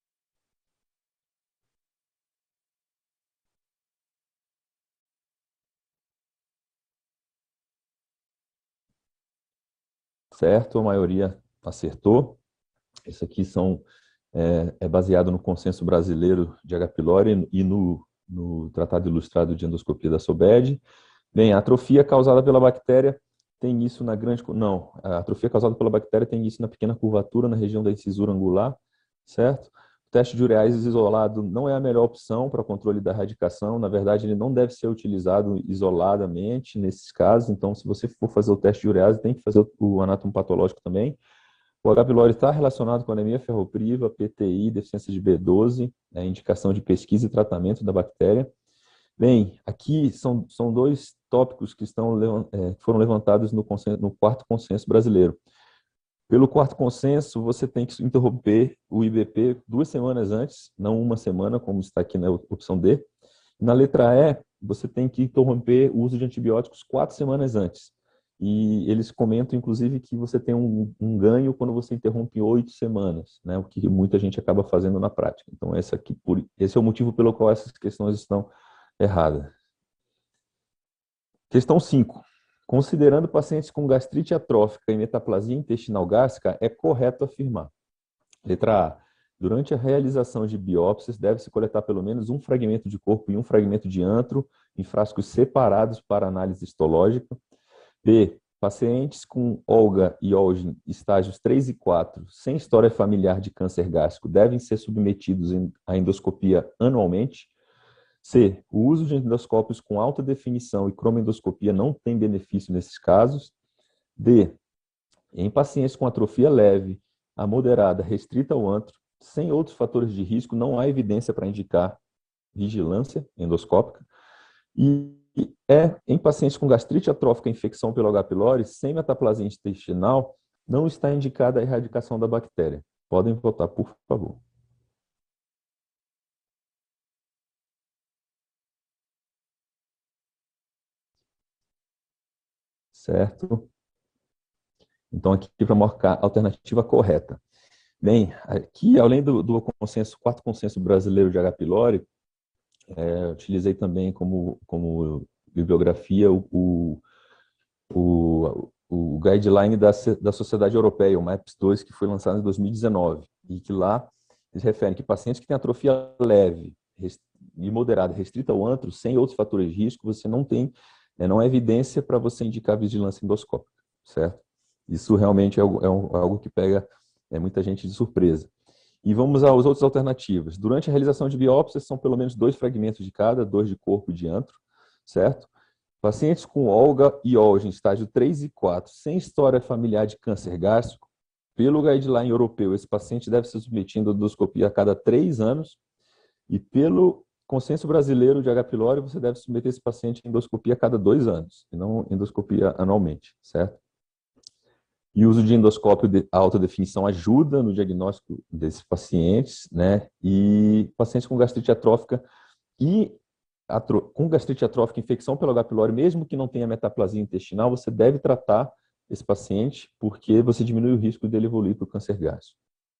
Certo, a maioria acertou. Esse aqui são, é, é baseado no consenso brasileiro de H. pylori e no no Tratado Ilustrado de Endoscopia da SOBED. Bem, a atrofia causada pela bactéria tem início na grande... Não, a atrofia causada pela bactéria tem início na pequena curvatura, na região da incisura angular, certo? O teste de urease isolado não é a melhor opção para controle da erradicação. Na verdade, ele não deve ser utilizado isoladamente nesses casos. Então, se você for fazer o teste de urease, tem que fazer o anátomo patológico também. O H. pylori está relacionado com anemia ferropriva, P T I, deficiência de B doze, né, indicação de pesquisa e tratamento da bactéria. Bem, aqui são, são dois tópicos que estão, é, foram levantados no, consenso, no quarto consenso brasileiro. Pelo quarto consenso, você tem que interromper o I B P duas semanas antes, não uma semana, como está aqui na opção D. Na letra E, você tem que interromper o uso de antibióticos quatro semanas antes. E eles comentam, inclusive, que você tem um, um ganho quando você interrompe oito semanas, né? O que muita gente acaba fazendo na prática. Então, esse, aqui, por, esse é o motivo pelo qual essas questões estão erradas. Questão cinco. Considerando pacientes com gastrite atrófica e metaplasia intestinal gástrica, é correto afirmar. Letra A. Durante a realização de biópsias, deve-se coletar pelo menos um fragmento de corpo e um fragmento de antro em frascos separados para análise histológica. B. Pacientes com Olga e Olgin, estágios três e quatro, sem história familiar de câncer gástrico, devem ser submetidos à endoscopia anualmente. C. O uso de endoscópios com alta definição e cromoendoscopia não tem benefício nesses casos. D. Em pacientes com atrofia leve a moderada restrita ao antro, sem outros fatores de risco, não há evidência para indicar vigilância endoscópica. E é em pacientes com gastrite atrófica e infecção pelo H. pylori, sem metaplasia intestinal, não está indicada a erradicação da bactéria. Podem votar, por favor. Certo? Então, aqui para marcar a alternativa correta. Bem, aqui, além do, do consenso, quarto consenso brasileiro de H. pylori, é, utilizei também como, como bibliografia o, o, o guideline da, da Sociedade Europeia, o MAPS dois, que foi lançado em dois mil e dezenove, e que lá eles referem que pacientes que têm atrofia leve e moderada, restrita ao antro, sem outros fatores de risco, você não tem é, não é evidência para você indicar vigilância endoscópica, certo? Isso realmente é algo, é um, algo que pega é, muita gente de surpresa. E vamos às outras alternativas. Durante a realização de biópsias, são pelo menos dois fragmentos de cada, dois de corpo e de antro, certo? Pacientes com Olga e Olga em estágio três e quatro, sem história familiar de câncer gástrico, pelo guideline europeu, esse paciente deve ser submetido a endoscopia a cada três anos, e pelo consenso brasileiro de H. pylori, você deve submeter esse paciente a endoscopia a cada dois anos, e não endoscopia anualmente, certo? E o uso de endoscópio de alta definição ajuda no diagnóstico desses pacientes, né? E pacientes com gastrite atrófica e atro... com gastrite atrófica, infecção pelo H. pylori, mesmo que não tenha metaplasia intestinal, você deve tratar esse paciente, porque você diminui o risco dele evoluir para o câncer gástrico.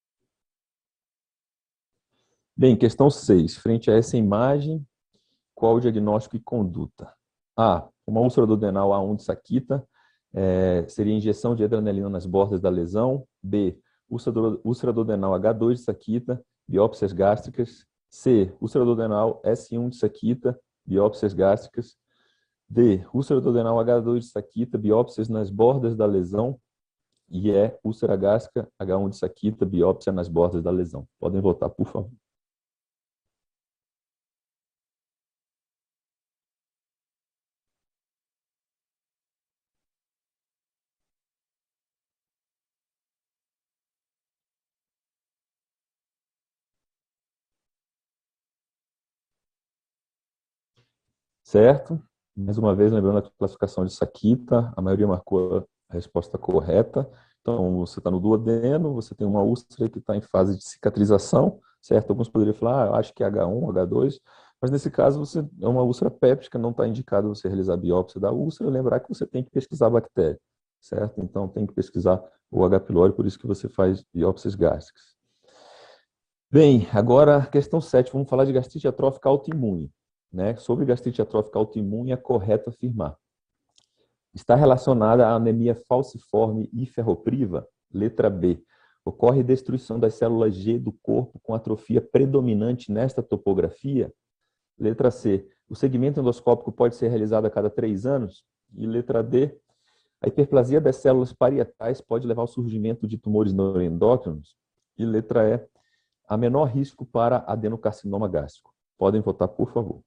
Bem, questão seis. Frente a essa imagem, qual o diagnóstico e conduta? A. Uma úlcera duodenal A um de Saquita, é, seria injeção de adrenalina nas bordas da lesão. B. Úlcera duodenal H dois de Saquita, biópsias gástricas. C. Úlcera duodenal S um de Saquita, biópsias gástricas. D. Úlcera duodenal H dois de Saquita, biópsias nas bordas da lesão. E é úlcera gástrica H um de Saquita, biópsia nas bordas da lesão. Podem votar, por favor. Certo? Mais uma vez, lembrando a classificação de Saquita, a maioria marcou a resposta correta. Então, você está no duodeno, você tem uma úlcera que está em fase de cicatrização, certo? Alguns poderiam falar, ah, acho que é H um, H dois, mas nesse caso você é uma úlcera péptica, não está indicado você realizar a biópsia da úlcera. Lembrar que você tem que pesquisar a bactéria, certo? Então, tem que pesquisar o H. pylori, por isso que você faz biópsias gástricas. Bem, agora, questão sete, vamos falar de gastrite atrófica autoimune. Né? Sobre gastrite atrófica autoimune, é correto afirmar. Está relacionada à anemia falciforme e ferropriva? Letra B. Ocorre destruição das células G do corpo com atrofia predominante nesta topografia? Letra C. O segmento endoscópico pode ser realizado a cada três anos? E letra D. A hiperplasia das células parietais pode levar ao surgimento de tumores neuroendócrinos? E letra E. Há menor risco para adenocarcinoma gástrico. Podem votar, por favor.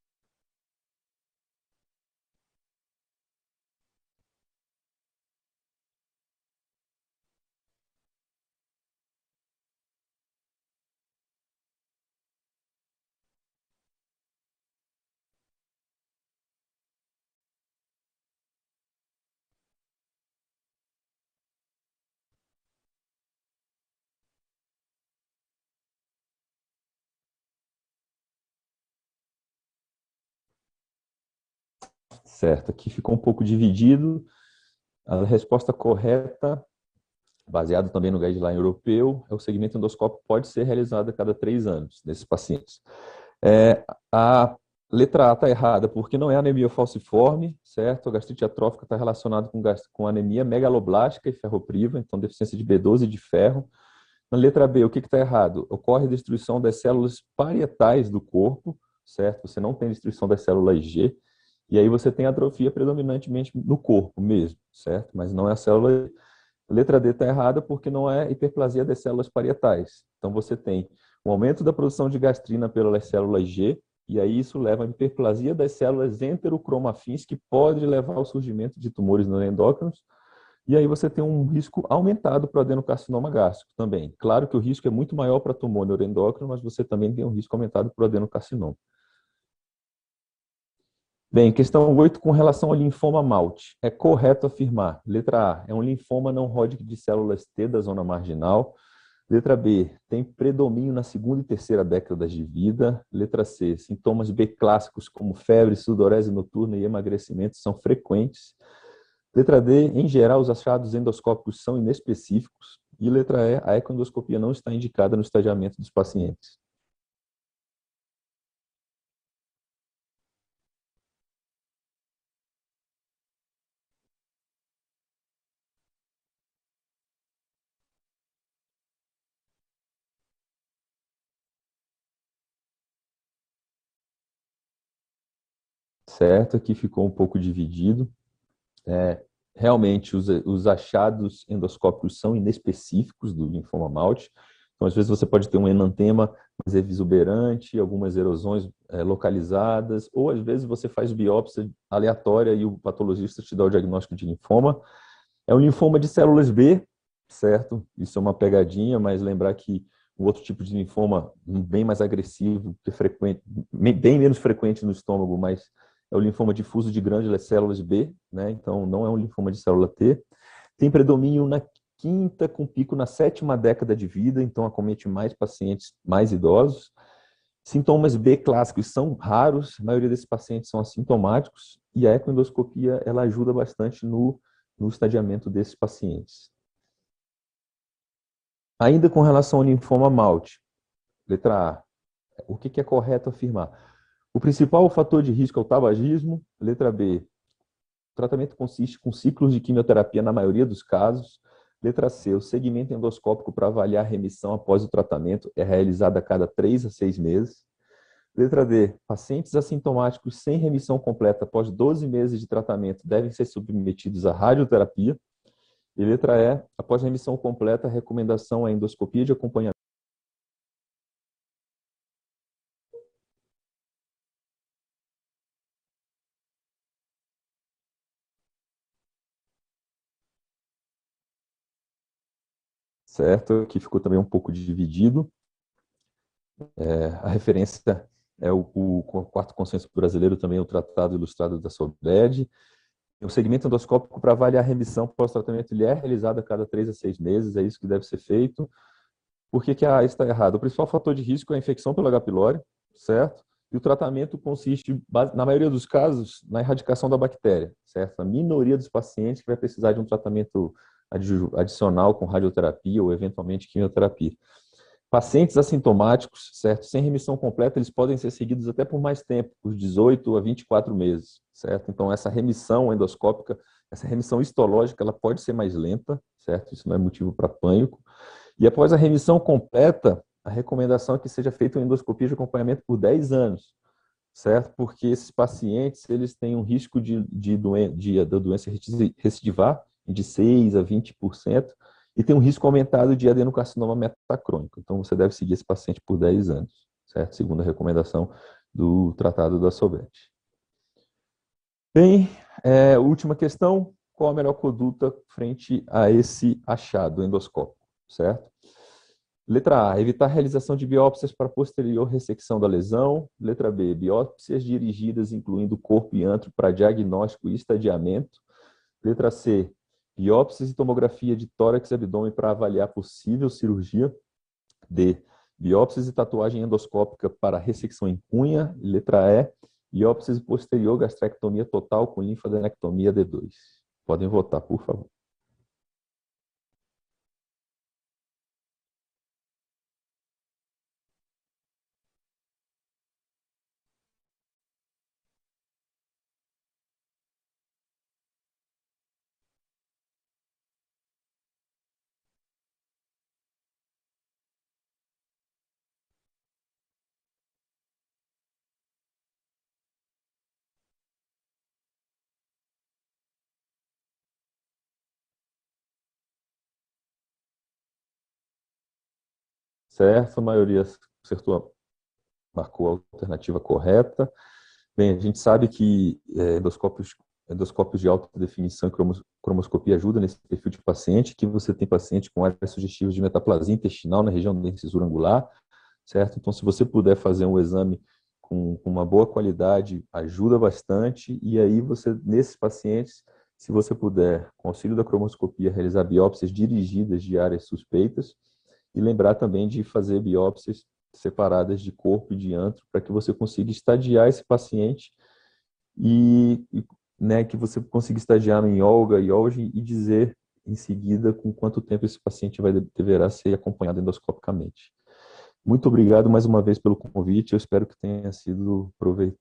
Certo, aqui ficou um pouco dividido. A resposta correta, baseada também no guideline europeu, é o segmento endoscópico pode ser realizado a cada três anos nesses pacientes. É, a letra A está errada, porque não é anemia falciforme, certo? A gastrite atrófica está relacionada com, com anemia megaloblástica e ferropriva, então deficiência de B doze e de ferro. Na letra B, o que está errado? Ocorre destruição das células parietais do corpo, certo? Você não tem destruição das células G, e aí você tem atrofia predominantemente no corpo mesmo, certo? Mas não é a célula. A letra D está errada porque não é hiperplasia das células parietais. Então você tem um aumento da produção de gastrina pelas células G, e aí isso leva à hiperplasia das células enterocromafins, que pode levar ao surgimento de tumores neuroendócrinos, e aí você tem um risco aumentado para o adenocarcinoma gástrico também. Claro que o risco é muito maior para tumor neuroendócrino, mas você também tem um risco aumentado para o adenocarcinoma. Bem, questão oito, com relação ao linfoma Malte. É correto afirmar, letra A, é um linfoma não Hodgkin de células T da zona marginal. Letra B, tem predomínio na segunda e terceira décadas de vida. Letra C, sintomas B clássicos como febre, sudorese noturna e emagrecimento são frequentes. Letra D, em geral, os achados endoscópicos são inespecíficos. E letra E, a ecoendoscopia não está indicada no estadiamento dos pacientes. certo? Aqui ficou um pouco dividido. É, realmente, os, os achados endoscópicos são inespecíficos do linfoma malte. Então, às vezes, você pode ter um enantema mais exuberante, algumas erosões é, localizadas, ou às vezes você faz biópsia aleatória e o patologista te dá o diagnóstico de linfoma. É um linfoma de células B, certo? Isso é uma pegadinha, mas lembrar que o outro tipo de linfoma, bem mais agressivo, que é frequente, bem menos frequente no estômago, mas é o linfoma difuso de grandes células B, né? Então não é um linfoma de célula T. Tem predomínio na quinta, com pico na sétima década de vida, então acomete mais pacientes mais idosos. Sintomas B clássicos são raros, a maioria desses pacientes são assintomáticos, e a ecoendoscopia ela ajuda bastante no, no estadiamento desses pacientes. Ainda com relação ao linfoma malte, letra A, o que é correto afirmar? O principal fator de risco é o tabagismo. Letra B, o tratamento consiste com ciclos de quimioterapia na maioria dos casos. Letra C, o segmento endoscópico para avaliar a remissão após o tratamento é realizado a cada três a seis meses. Letra D, pacientes assintomáticos sem remissão completa após doze meses de tratamento devem ser submetidos à radioterapia. E letra E, após remissão completa, a recomendação é endoscopia de acompanhamento. Certo? Aqui ficou também um pouco dividido. É, a referência é o, o, o quarto consenso brasileiro, também o Tratado Ilustrado da SOBED. O segmento endoscópico para avaliar a remissão pós-tratamento ele é realizado a cada três a seis meses, é isso que deve ser feito. Por que que a A está errada? O principal fator de risco é a infecção pelo H. pylori, certo? E o tratamento consiste, na maioria dos casos, na erradicação da bactéria, certo? A minoria dos pacientes que vai precisar de um tratamento adicional com radioterapia ou, eventualmente, quimioterapia. Pacientes assintomáticos, certo? Sem remissão completa, eles podem ser seguidos até por mais tempo, por dezoito a vinte e quatro meses, certo? Então, essa remissão endoscópica, essa remissão histológica, ela pode ser mais lenta, certo? Isso não é motivo para pânico. E após a remissão completa, a recomendação é que seja feita uma endoscopia de acompanhamento por dez anos, certo? Porque esses pacientes, eles têm um risco de, de, doen de da doença recidivar de seis a vinte por cento e tem um risco aumentado de adenocarcinoma metacrônico. Então, você deve seguir esse paciente por dez anos, certo? Segundo a recomendação do Tratado da SOBED. Bem, é, última questão, qual a melhor conduta frente a esse achado endoscópico, certo? Letra A, evitar a realização de biópsias para posterior ressecção da lesão. Letra B, biópsias dirigidas incluindo corpo e antro para diagnóstico e estadiamento. Letra C, biópsias e tomografia de tórax e abdômen para avaliar possível cirurgia. D, biópsias e tatuagem endoscópica para ressecção em cunha. Letra E, biópsias e posterior gastrectomia total com linfadenectomia D dois. Podem votar, por favor. Certo, a maioria acertou, marcou a alternativa correta. Bem, a gente sabe que é, endoscópios, endoscópios de alta definição e cromoscopia ajudam nesse perfil de paciente, que você tem paciente com áreas sugestivas de metaplasia intestinal na região da incisura angular, certo? Então, se você puder fazer um exame com, com uma boa qualidade, ajuda bastante, e aí você, nesses pacientes, se você puder, com auxílio da cromoscopia, realizar biópsias dirigidas de áreas suspeitas, e lembrar também de fazer biópsias separadas de corpo e de antro, para que você consiga estadiar esse paciente e, e né, que você consiga estadiar em Olga e Olgi e dizer em seguida com quanto tempo esse paciente vai, deverá ser acompanhado endoscopicamente. Muito obrigado mais uma vez pelo convite, eu espero que tenha sido proveitoso.